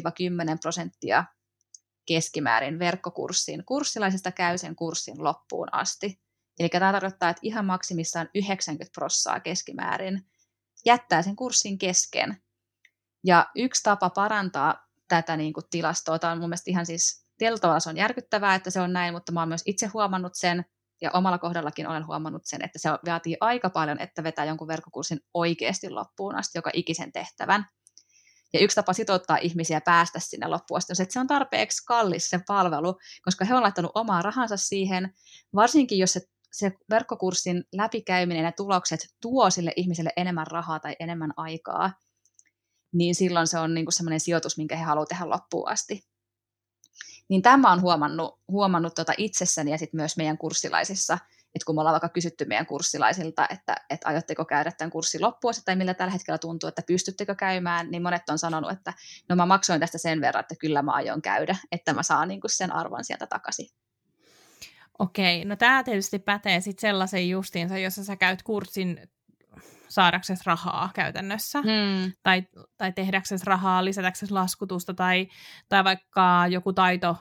3-10% keskimäärin kurssilaisista käy sen kurssin loppuun asti. Eli tämä tarkoittaa, että ihan maksimissaan 90% keskimäärin jättää sen kurssin kesken. Ja yksi tapa parantaa tätä niin kuin tilastoa, tämä on mun mielestä ihan siis tietyllä tavalla se on järkyttävää, että se on näin, mutta mä oon myös itse huomannut sen, ja omalla kohdallakin olen huomannut sen, että se vaatii aika paljon, että vetää jonkun verkkokurssin oikeasti loppuun asti, joka ikisen tehtävän. Ja yksi tapa sitouttaa ihmisiä päästä sinne loppuun asti on se, että se on tarpeeksi kallis se palvelu, koska he on laittanut omaa rahansa siihen, varsinkin jos se verkkokurssin läpikäyminen ja tulokset tuo sille ihmiselle enemmän rahaa tai enemmän aikaa, niin silloin se on niin kuin semmoinen sijoitus, minkä he haluavat tehdä loppuun asti. Niin tämä on huomannut itsessäni ja sitten myös meidän kurssilaisissa, että kun me ollaan vaikka kysytty meidän kurssilaisilta, että aiotteko käydä tämän kurssin loppuun asti, tai millä tällä hetkellä tuntuu, että pystyttekö käymään, niin monet on sanonut, että no mä maksoin tästä sen verran, että kyllä mä aion käydä, että mä saan niin kuin sen arvon sieltä takaisin. Okei, no tämä tietysti pätee sitten sellaisen justiinsa, jossa sä käyt kurssin saadaksesi rahaa käytännössä, tai tehdäksesi rahaa, lisätäksesi laskutusta, tai vaikka joku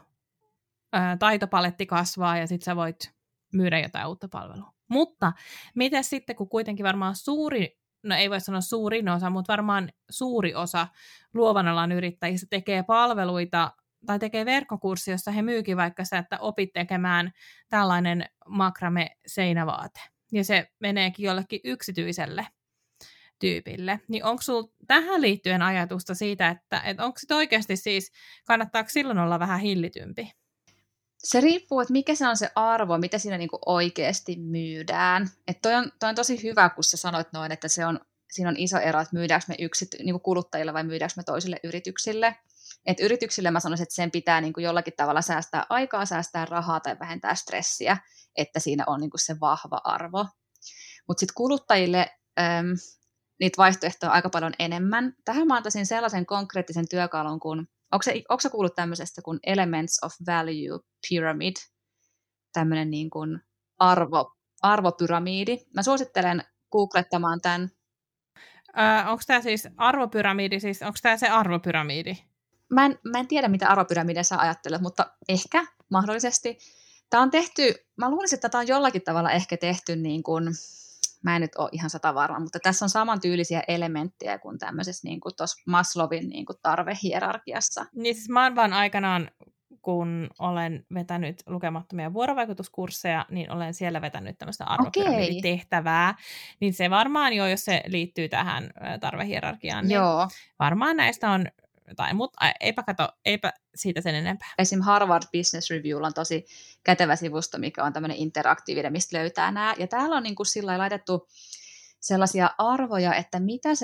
taitopaletti kasvaa, ja sitten sä voit myydä jotain uutta palvelua. Mutta miten sitten, kun kuitenkin varmaan no ei voi sanoa suurin osa, mutta varmaan suuri osa luovan alan yrittäjistä tekee palveluita, tai tekee verkkokurssi, jossa he myykin vaikka sitä, että opit tekemään tällainen makrame-seinävaate, ja se meneekin jollekin yksityiselle tyypille. Niin onko sinulla tähän liittyen ajatusta siitä, että onko se oikeasti siis, kannattaako silloin olla vähän hillitympi? Se riippuu, että mikä se on se arvo, mitä siinä niinku oikeasti myydään. Että toi on tosi hyvä, kun sä sanoit noin, että siinä on iso ero, että myydäänkö me niinku kuluttajille vai myydäänkö me toisille yrityksille. Et yrityksille mä sanoisin, että sen pitää niinku jollakin tavalla säästää aikaa, säästää rahaa tai vähentää stressiä, että siinä on niinku se vahva arvo. Mutta sitten kuluttajille niitä vaihtoehtoja on aika paljon enemmän. Tähän mä antaisin sellaisen konkreettisen työkalun, kun onko sä kuullut tämmöisestä kuin Elements of Value Pyramid, tämmöinen niin kuin arvopyramiidi. Mä suosittelen googlettamaan tämän. Onko tämä siis arvopyramiidi, siis onko tämä se arvopyramiidi? Mä en tiedä, mitä arvopyramidia sä ajattelet, mutta ehkä, mahdollisesti. Tämä on tehty, mä luulisin, että tämä on jollakin tavalla ehkä tehty niin kuin, mä en nyt ole ihan 100% varma, mutta tässä on samantyylisiä elementtejä kuin tämmöisessä niin kuin tuossa Maslowin niin kuin tarvehierarkiassa. Niin siis mä oon vaan aikanaan, kun olen vetänyt lukemattomia vuorovaikutuskursseja, niin olen siellä vetänyt tämmöistä arvopyramiditehtävää. Niin se varmaan jo, jos se liittyy tähän tarvehierarkiaan, niin joo, varmaan näistä on jotain, mutta eipä siitä sen enempää. Esimerkiksi Harvard Business Reviewlla on tosi kätevä sivusto, mikä on tämmöinen interaktiivinen, mistä löytää nämä. Ja täällä on niin kuin sillä laitettu sellaisia arvoja, että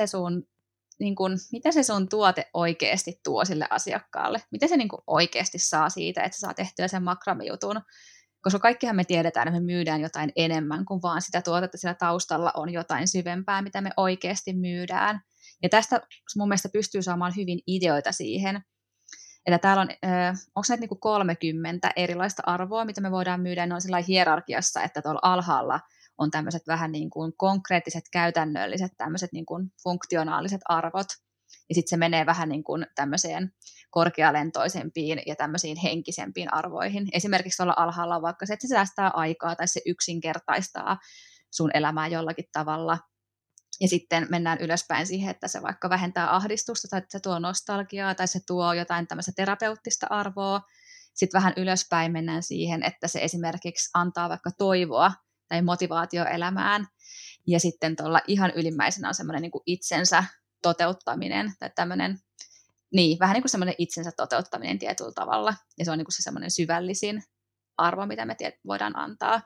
mitä se sun tuote oikeasti tuo sille asiakkaalle. Mitä se niin kuin oikeasti saa siitä, että se saa tehtyä sen makrame-jutun. Koska kaikkihan me tiedetään, että me myydään jotain enemmän kuin vaan sitä tuotetta. Sillä taustalla on jotain syvempää, mitä me oikeasti myydään. Ja tästä mun mielestä pystyy saamaan hyvin ideoita siihen, että täällä on, onko näitä niin kuin 30 erilaista arvoa, mitä me voidaan myydä, ne on sillä hierarkiassa, että tuolla alhaalla on tämmöiset vähän niin kuin konkreettiset, käytännölliset, tämmöiset niin kuin funktionaaliset arvot, ja sitten se menee vähän niin kuin tämmöiseen korkealentoisempiin ja tämmöisiin henkisempiin arvoihin. Esimerkiksi tuolla alhaalla on vaikka se, että se säästää aikaa tai se yksinkertaistaa sun elämää jollakin tavalla. Ja sitten mennään ylöspäin siihen, että se vaikka vähentää ahdistusta tai että se tuo nostalgiaa tai se tuo jotain tämmöistä terapeuttista arvoa. Sitten vähän ylöspäin mennään siihen, että se esimerkiksi antaa vaikka toivoa tai motivaatio elämään. Ja sitten tuolla ihan ylimmäisenä on semmoinen niin kuin itsensä toteuttaminen tai tämmöinen, niin, vähän niin kuin semmoinen itsensä toteuttaminen tietyllä tavalla. Ja se on niin kuin se semmoinen syvällisin arvo, mitä me voidaan antaa.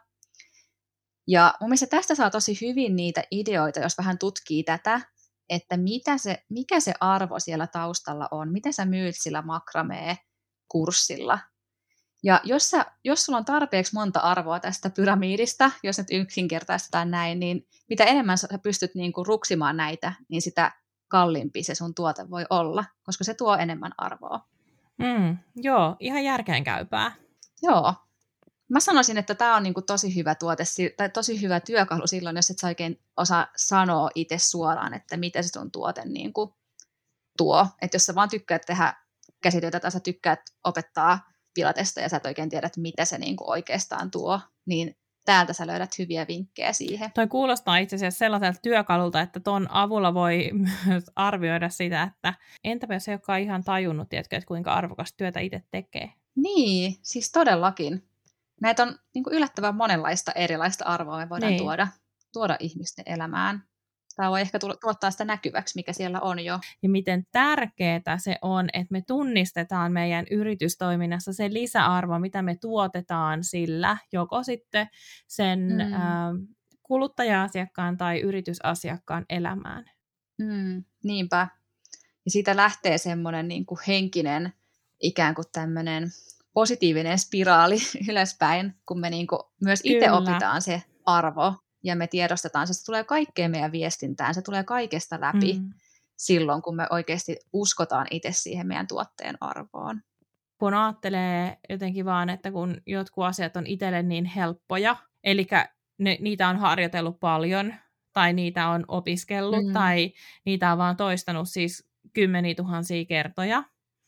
Ja mun mielestä tästä saa tosi hyvin niitä ideoita, jos vähän tutkii tätä, että mikä se arvo siellä taustalla on, mitä sä myyt sillä makramee-kurssilla. Ja jos sulla on tarpeeksi monta arvoa tästä pyramiidista, jos nyt yksinkertaistetaan näin, niin mitä enemmän sä pystyt niinku ruksimaan näitä, niin sitä kalliimpi se sun tuote voi olla, koska se tuo enemmän arvoa. Joo, ihan järkeenkäypää. Joo. Mä sanoisin, että tämä on niinku tosi hyvä tuote, tai tosi hyvä työkalu silloin, jos et sä oikein osaa sanoa itse suoraan, että mitä se sun tuote niinku tuo. Että jos sä vaan tykkäät tehdä käsityötä tai sä tykkäät opettaa pilatesta ja sä et oikein tiedä, että mitä se niinku oikeastaan tuo, niin täältä sä löydät hyviä vinkkejä siihen. Toi kuulostaa itse asiassa sellaiselta työkalulta, että ton avulla voi myös arvioida sitä, että entäpä jos ei olekaan ihan tajunnut, tiedätkö, että kuinka arvokas työtä itse tekee. Niin, siis todellakin. Näitä on niin kuin yllättävän monenlaista erilaista arvoa me voidaan tuoda ihmisten elämään. Tämä voi ehkä tuottaa sitä näkyväksi, mikä siellä on jo. Ja miten tärkeää se on, että me tunnistetaan meidän yritystoiminnassa se lisäarvo, mitä me tuotetaan sillä, joko sitten sen kuluttaja-asiakkaan tai yritysasiakkaan elämään. Niinpä. Ja siitä lähtee semmoinen niin kuin henkinen ikään kuin tämmöinen positiivinen spiraali ylöspäin, kun me niin kuin myös itse opitaan se arvo ja me tiedostetaan se tulee kaikkeen meidän viestintään, se tulee kaikesta läpi silloin, kun me oikeasti uskotaan itse siihen meidän tuotteen arvoon. kun ajattelee jotenkin vaan, että kun jotkut asiat on itselle niin helppoja, eli niitä on harjoitellut paljon, tai niitä on opiskellut, tai niitä on vaan toistanut siis 10 000 kertoja.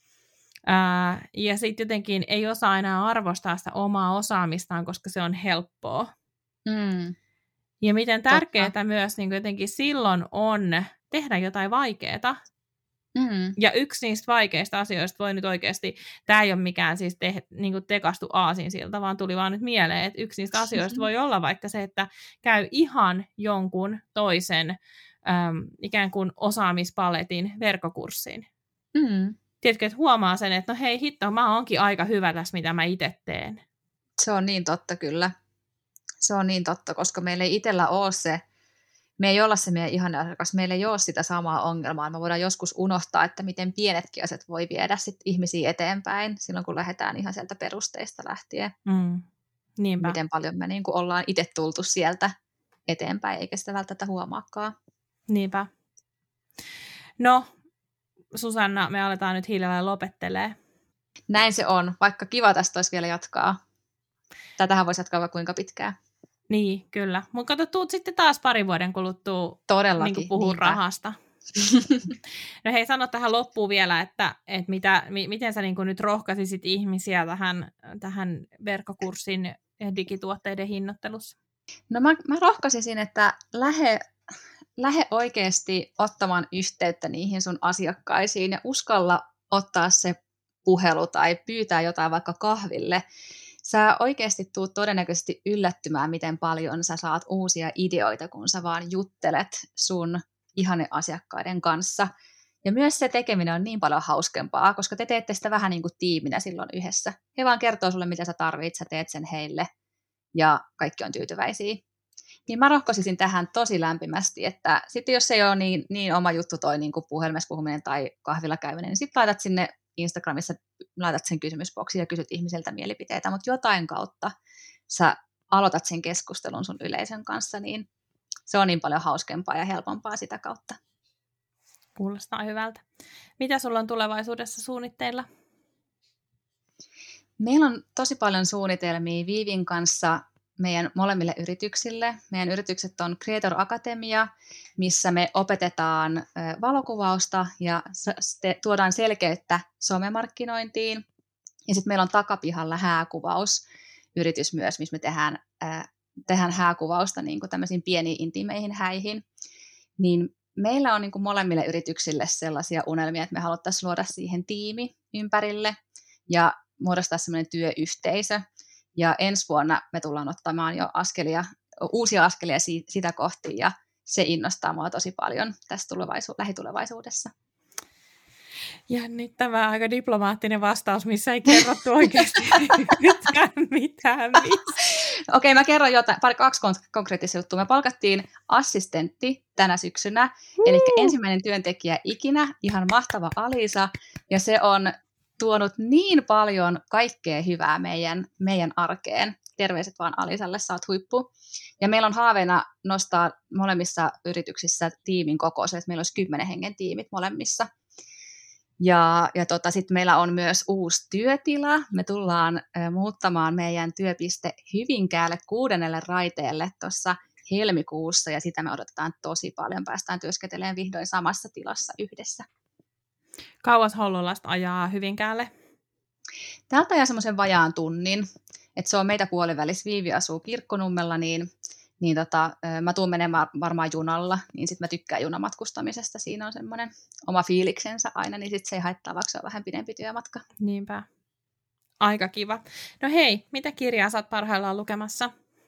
Ja sitten jotenkin ei osaa enää arvostaa sitä omaa osaamistaan, koska se on helppoa. Ja miten tärkeää myös niin jotenkin silloin on tehdä jotain vaikeaa. Ja yksi niistä vaikeista asioista voi nyt oikeasti, tämä ei ole mikään siis niin tekastu aasinsilta, vaan tuli vaan nyt mieleen, että yksi niistä asioista voi olla vaikka se, että käy ihan jonkun toisen ikään kuin osaamispaletin verkkokurssiin. Tiedätkö, että huomaa sen, että no hei hitto, mä oonkin aika hyvä tässä, mitä mä itse teen. Se on niin totta kyllä. Se on niin totta, koska meillä ei itsellä ole se, me ei olla se meidän ihana asiakas, meillä ei ole sitä samaa ongelmaa. Me voidaan joskus unohtaa, että miten pienetkin asiat voi viedä sit ihmisiä eteenpäin silloin, kun lähdetään ihan sieltä perusteista lähtien. Niinpä. Miten paljon me niin kuin ollaan itse tultu sieltä eteenpäin, eikä sitä välttämättä huomaakaan. Niinpä. No, Susanna, me aletaan nyt hiljalleen lopettelee. Näin se on, vaikka kiva tästä olisi vielä jatkaa. Tätähän voisi jatkaa kuinka pitkään. Niin, kyllä. Mutta kato, tuut sitten taas 2 vuoden kuluttua niin puhua rahasta. No hei, sano tähän loppuun vielä, että miten sä niin nyt rohkaisisit ihmisiä tähän verkkokurssin digituotteiden hinnoittelussa? No mä rohkaisisin, että lähde oikeasti ottamaan yhteyttä niihin sun asiakkaisiin ja uskalla ottaa se puhelu tai pyytää jotain vaikka kahville. Sä oikeasti tuut todennäköisesti yllättymään, miten paljon sä saat uusia ideoita, kun sä vaan juttelet sun ihanneasiakkaiden kanssa. Ja myös se tekeminen on niin paljon hauskempaa, koska te teette sitä vähän niin kuin tiiminä silloin yhdessä. He vaan kertoo sulle, mitä sä tarvitset, sä teet sen heille ja kaikki on tyytyväisiä. Niin mä rohkaisisin tähän tosi lämpimästi, että sitten jos ei ole niin oma juttu toi niin kuin puhelimessa puhuminen tai kahvilla käyminen, niin sitten laitat sinne Instagramissa, laitat sen kysymysboksiin ja kysyt ihmiseltä mielipiteitä, mutta jotain kautta sä aloitat sen keskustelun sun yleisön kanssa, niin se on niin paljon hauskempaa ja helpompaa sitä kautta. Kuulostaa hyvältä. Mitä sulla on tulevaisuudessa suunnitteilla? Meillä on tosi paljon suunnitelmia Viivin kanssa meidän molemmille yrityksille. Meidän yritykset on Creator Akatemia, missä me opetetaan valokuvausta ja tuodaan selkeyttä somemarkkinointiin. Ja sitten meillä on takapihalla hääkuvausyritys myös, missä me tehdään hääkuvausta niin kuin tämmöisiin pieniin intiimeihin häihin. Niin meillä on niin kuin molemmille yrityksille sellaisia unelmia, että me haluttaisiin luoda siihen tiimi ympärille ja muodostaa semmoinen työyhteisö. Ja ensi vuonna me tullaan ottamaan jo uusia askelia sitä kohti, ja se innostaa mua tosi paljon tässä lähitulevaisuudessa. Jännittävää, aika diplomaattinen vastaus, missä ei kerrottu oikeasti mitään. Okei, mä kerron jotain, 2 konkreettisia juttua. Me palkattiin assistentti tänä syksynä, eli ensimmäinen työntekijä ikinä, ihan mahtava Alisa, ja se on tuonut niin paljon kaikkea hyvää meidän arkeen. Terveiset vaan Alisalle, sä oot huippu. Ja meillä on haaveena nostaa molemmissa yrityksissä tiimin kokoisia, että meillä olisi 10 hengen tiimit molemmissa. Ja sitten meillä on myös uusi työtila. Me tullaan muuttamaan meidän työpiste Hyvinkäälle 6. raiteelle tuossa helmikuussa, ja sitä me odotetaan tosi paljon. Päästään työskentelemään vihdoin samassa tilassa yhdessä. Kauas Hollolasta ajaa Hyvinkäälle? Täältä ajaa semmoisen vajaan tunnin, että se on meitä puolivälissä. Viivi asuu Kirkkonummella, niin mä tuun menemään varmaan junalla, niin sitten mä tykkään junamatkustamisesta. Siinä on semmoinen oma fiiliksensä aina, niin sitten se ei haittaa, vaikka se on vähän pidempi työmatka. Niinpä. Aika kiva. No hei, mitä kirjaa sä oot parhaillaan lukemassa?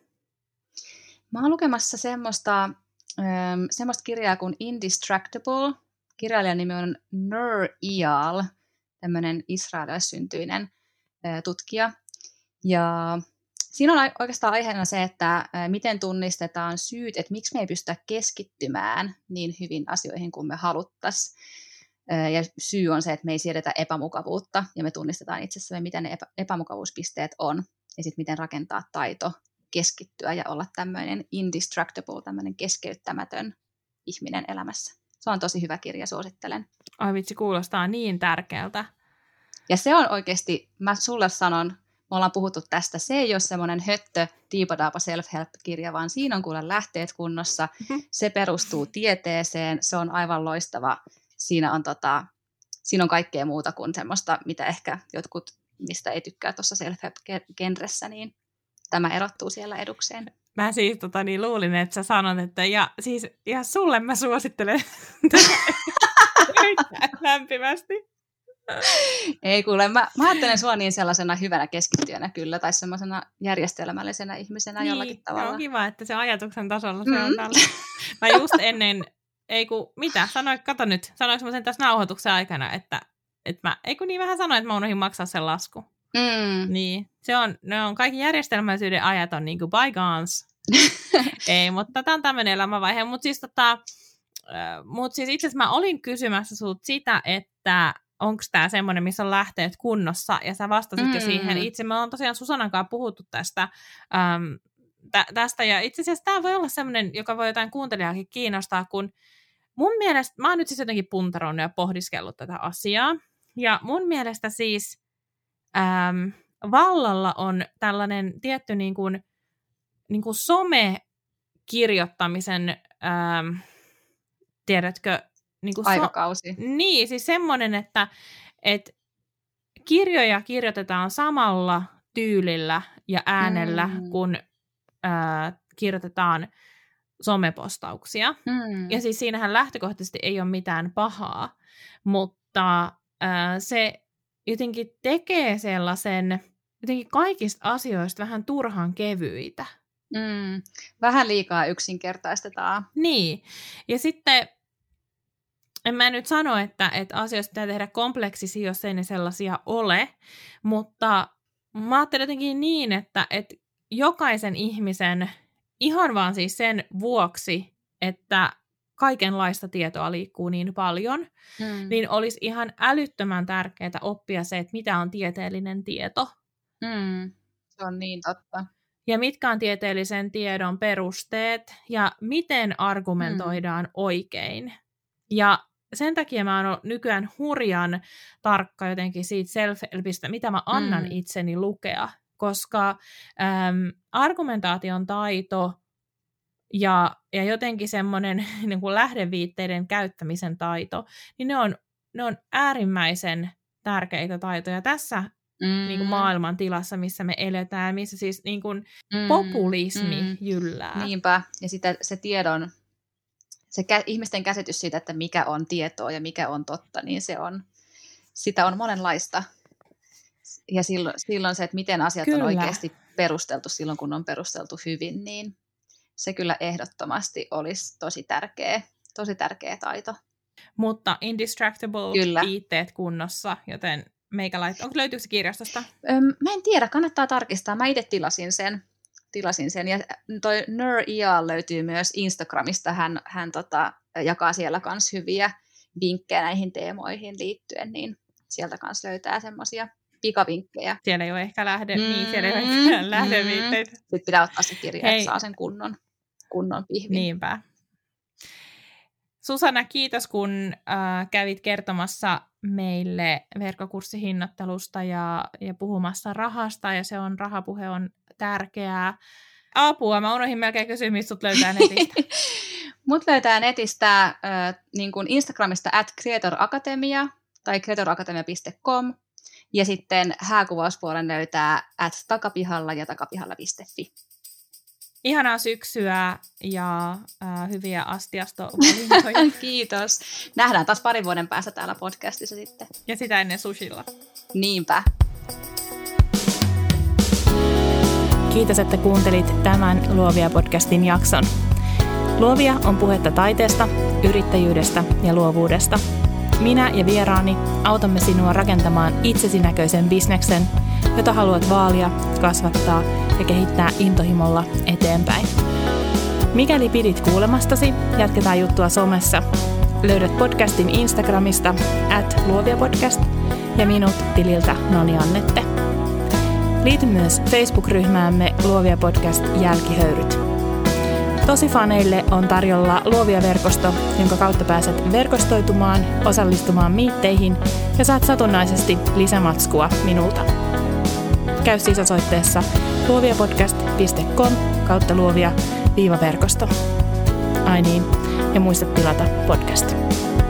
Mä oon lukemassa semmoista kirjaa kuin Indistractable. Kirjailijan nimi on Nur Eyal, tämmöinen israelilaissyntyinen tutkija. Ja siinä on oikeastaan aiheena se, että miten tunnistetaan syyt, että miksi me ei pystytä keskittymään niin hyvin asioihin kuin me haluttaisiin. Ja syy on se, että me ei siedetä epämukavuutta ja me tunnistetaan itsessämme, mitä ne epämukavuuspisteet on ja sitten miten rakentaa taito keskittyä ja olla tämmöinen indistractable, tämmöinen keskeyttämätön ihminen elämässä. Se on tosi hyvä kirja, suosittelen. Ai vitsi, kuulostaa niin tärkeältä. Ja se on oikeasti, mä sulle sanon, me ollaan puhuttu tästä, se ei ole semmoinen höttö, tiipadaapa self-help-kirja, vaan siinä on kuule lähteet kunnossa, se perustuu tieteeseen, se on aivan loistava, siinä on kaikkea muuta kuin semmoista, mitä ehkä jotkut, mistä ei tykkää tuossa self-help-genressä, niin tämä erottuu siellä edukseen. Mä siis luulin, että sä sanot, että ja sulle mä suosittelen lämpimästi. Ei kuule, mä ajattelen sua niin sellaisena hyvänä keskittyjänä kyllä, tai semmoisena järjestelmällisenä ihmisenä niin, jollakin tavalla. On kiva, että se ajatuksen tasolla se on tällä. Mä just ennen, sanoinko mä sen tässä nauhoituksen aikana, että mä, vähän sanoin, että mä unohdin maksaa sen lasku. Niin, ne on kaikki järjestelmällisyyden ajat on niin kuin bygones. Ei, mutta tämä on tämmöinen elämänvaihe. Mutta siis, itse asiassa mä olin kysymässä sulta sitä, että onko tämä semmoinen, missä on lähteet kunnossa, ja sä vastasit jo siihen. Itse me on tosiaan Susanan kanssa puhuttu tästä, ja itse asiassa tämä voi olla semmoinen, joka voi jotain kuuntelijaakin kiinnostaa, kun mun mielestä, mä oon nyt siis jotenkin puntaroinut ja pohdiskellut tätä asiaa, ja mun mielestä siis vallalla on tällainen tietty niin kuin somekirjoittamisen, tiedätkö, niin kuin aikakausi. Niin, siis semmoinen, että kirjoja kirjoitetaan samalla tyylillä ja äänellä, kun kirjoitetaan somepostauksia. Ja siis siinähän lähtökohtaisesti ei ole mitään pahaa, mutta se jotenkin tekee sellaisen, jotenkin kaikista asioista vähän turhan kevyitä. Vähän liikaa yksinkertaistetaan. Niin, ja sitten en mä nyt sano, että asioista pitää tehdä kompleksisia, jos ei ne sellaisia ole, mutta mä ajattelen jotenkin niin, että jokaisen ihmisen, ihan vaan siis sen vuoksi, että kaikenlaista tietoa liikkuu niin paljon, niin olisi ihan älyttömän tärkeää oppia se, että mitä on tieteellinen tieto. Se on niin totta. Ja mitkä on tieteellisen tiedon perusteet ja miten argumentoidaan oikein. Ja sen takia mä oon nykyään hurjan tarkka jotenkin siitä self-helpistä, mitä mä annan itseni lukea, koska argumentaation taito ja jotenkin semmoinen niin kuin lähdeviitteiden käyttämisen taito, niin ne on äärimmäisen tärkeitä taitoja tässä niin kuin maailman tilassa, missä me eletään, missä siis niin kuin populismi jyllää. Niinpä, ja se tiedon, ihmisten käsitys siitä, että mikä on tietoa ja mikä on totta, niin sitä on monenlaista. Ja silloin se, että miten asiat on oikeasti perusteltu silloin, kun on perusteltu hyvin, niin se kyllä ehdottomasti olisi tosi tärkeä taito. Mutta Indistractable viitteet kunnossa, joten löytyykö se kirjastosta? Mä en tiedä, kannattaa tarkistaa. Mä itse tilasin sen. Ja toi Nur Iyal löytyy myös Instagramista. Hän jakaa siellä myös hyviä vinkkejä näihin teemoihin liittyen, niin sieltä kanssa löytää semmoisia pikavinkkejä. Siellä ei ole ehkä lähdeviitteitä. Sitten pitää ottaa se kirja, että saa sen kunnon pihvin. Niinpä. Susanna, kiitos kun kävit kertomassa meille verkkokurssihinnoittelusta ja puhumassa rahasta, ja rahapuhe on tärkeää. Apua, mä unohdin melkein kysyä, mistä sut löytää netistä. Mut löytää netistä niin kuin Instagramista @creatoracademia tai creatoracademia.com, ja sitten hääkuvauspuolen löytää @takapihalla ja takapihalla.fi. Ihanaa syksyä ja hyviä astiastovalintoja. Kiitos. Nähdään taas 2 vuoden päästä täällä podcastissa sitten. Ja sitä ennen sushilla. Niinpä. Kiitos, että kuuntelit tämän Luovia-podcastin jakson. Luovia on puhetta taiteesta, yrittäjyydestä ja luovuudesta. Minä ja vieraani autamme sinua rakentamaan itsesi näköisen bisneksen, jota haluat vaalia, kasvattaa ja kehittää intohimolla eteenpäin. Mikäli pidit kuulemastasi, jatketaan juttua somessa. Löydät podcastin Instagramista @luoviapodcast ja minut tililtä Noni Annette. Liity myös Facebook-ryhmäämme Luovia Podcast Jälkihöyryt. Tosifaneille on tarjolla Luovia-verkosto, jonka kautta pääset verkostoitumaan, osallistumaan miitteihin ja saat satunnaisesti lisämatskua minulta. Käy siis osoitteessa luoviapodcast.com/luovia-verkosto. Ai niin, ja muista tilata podcast.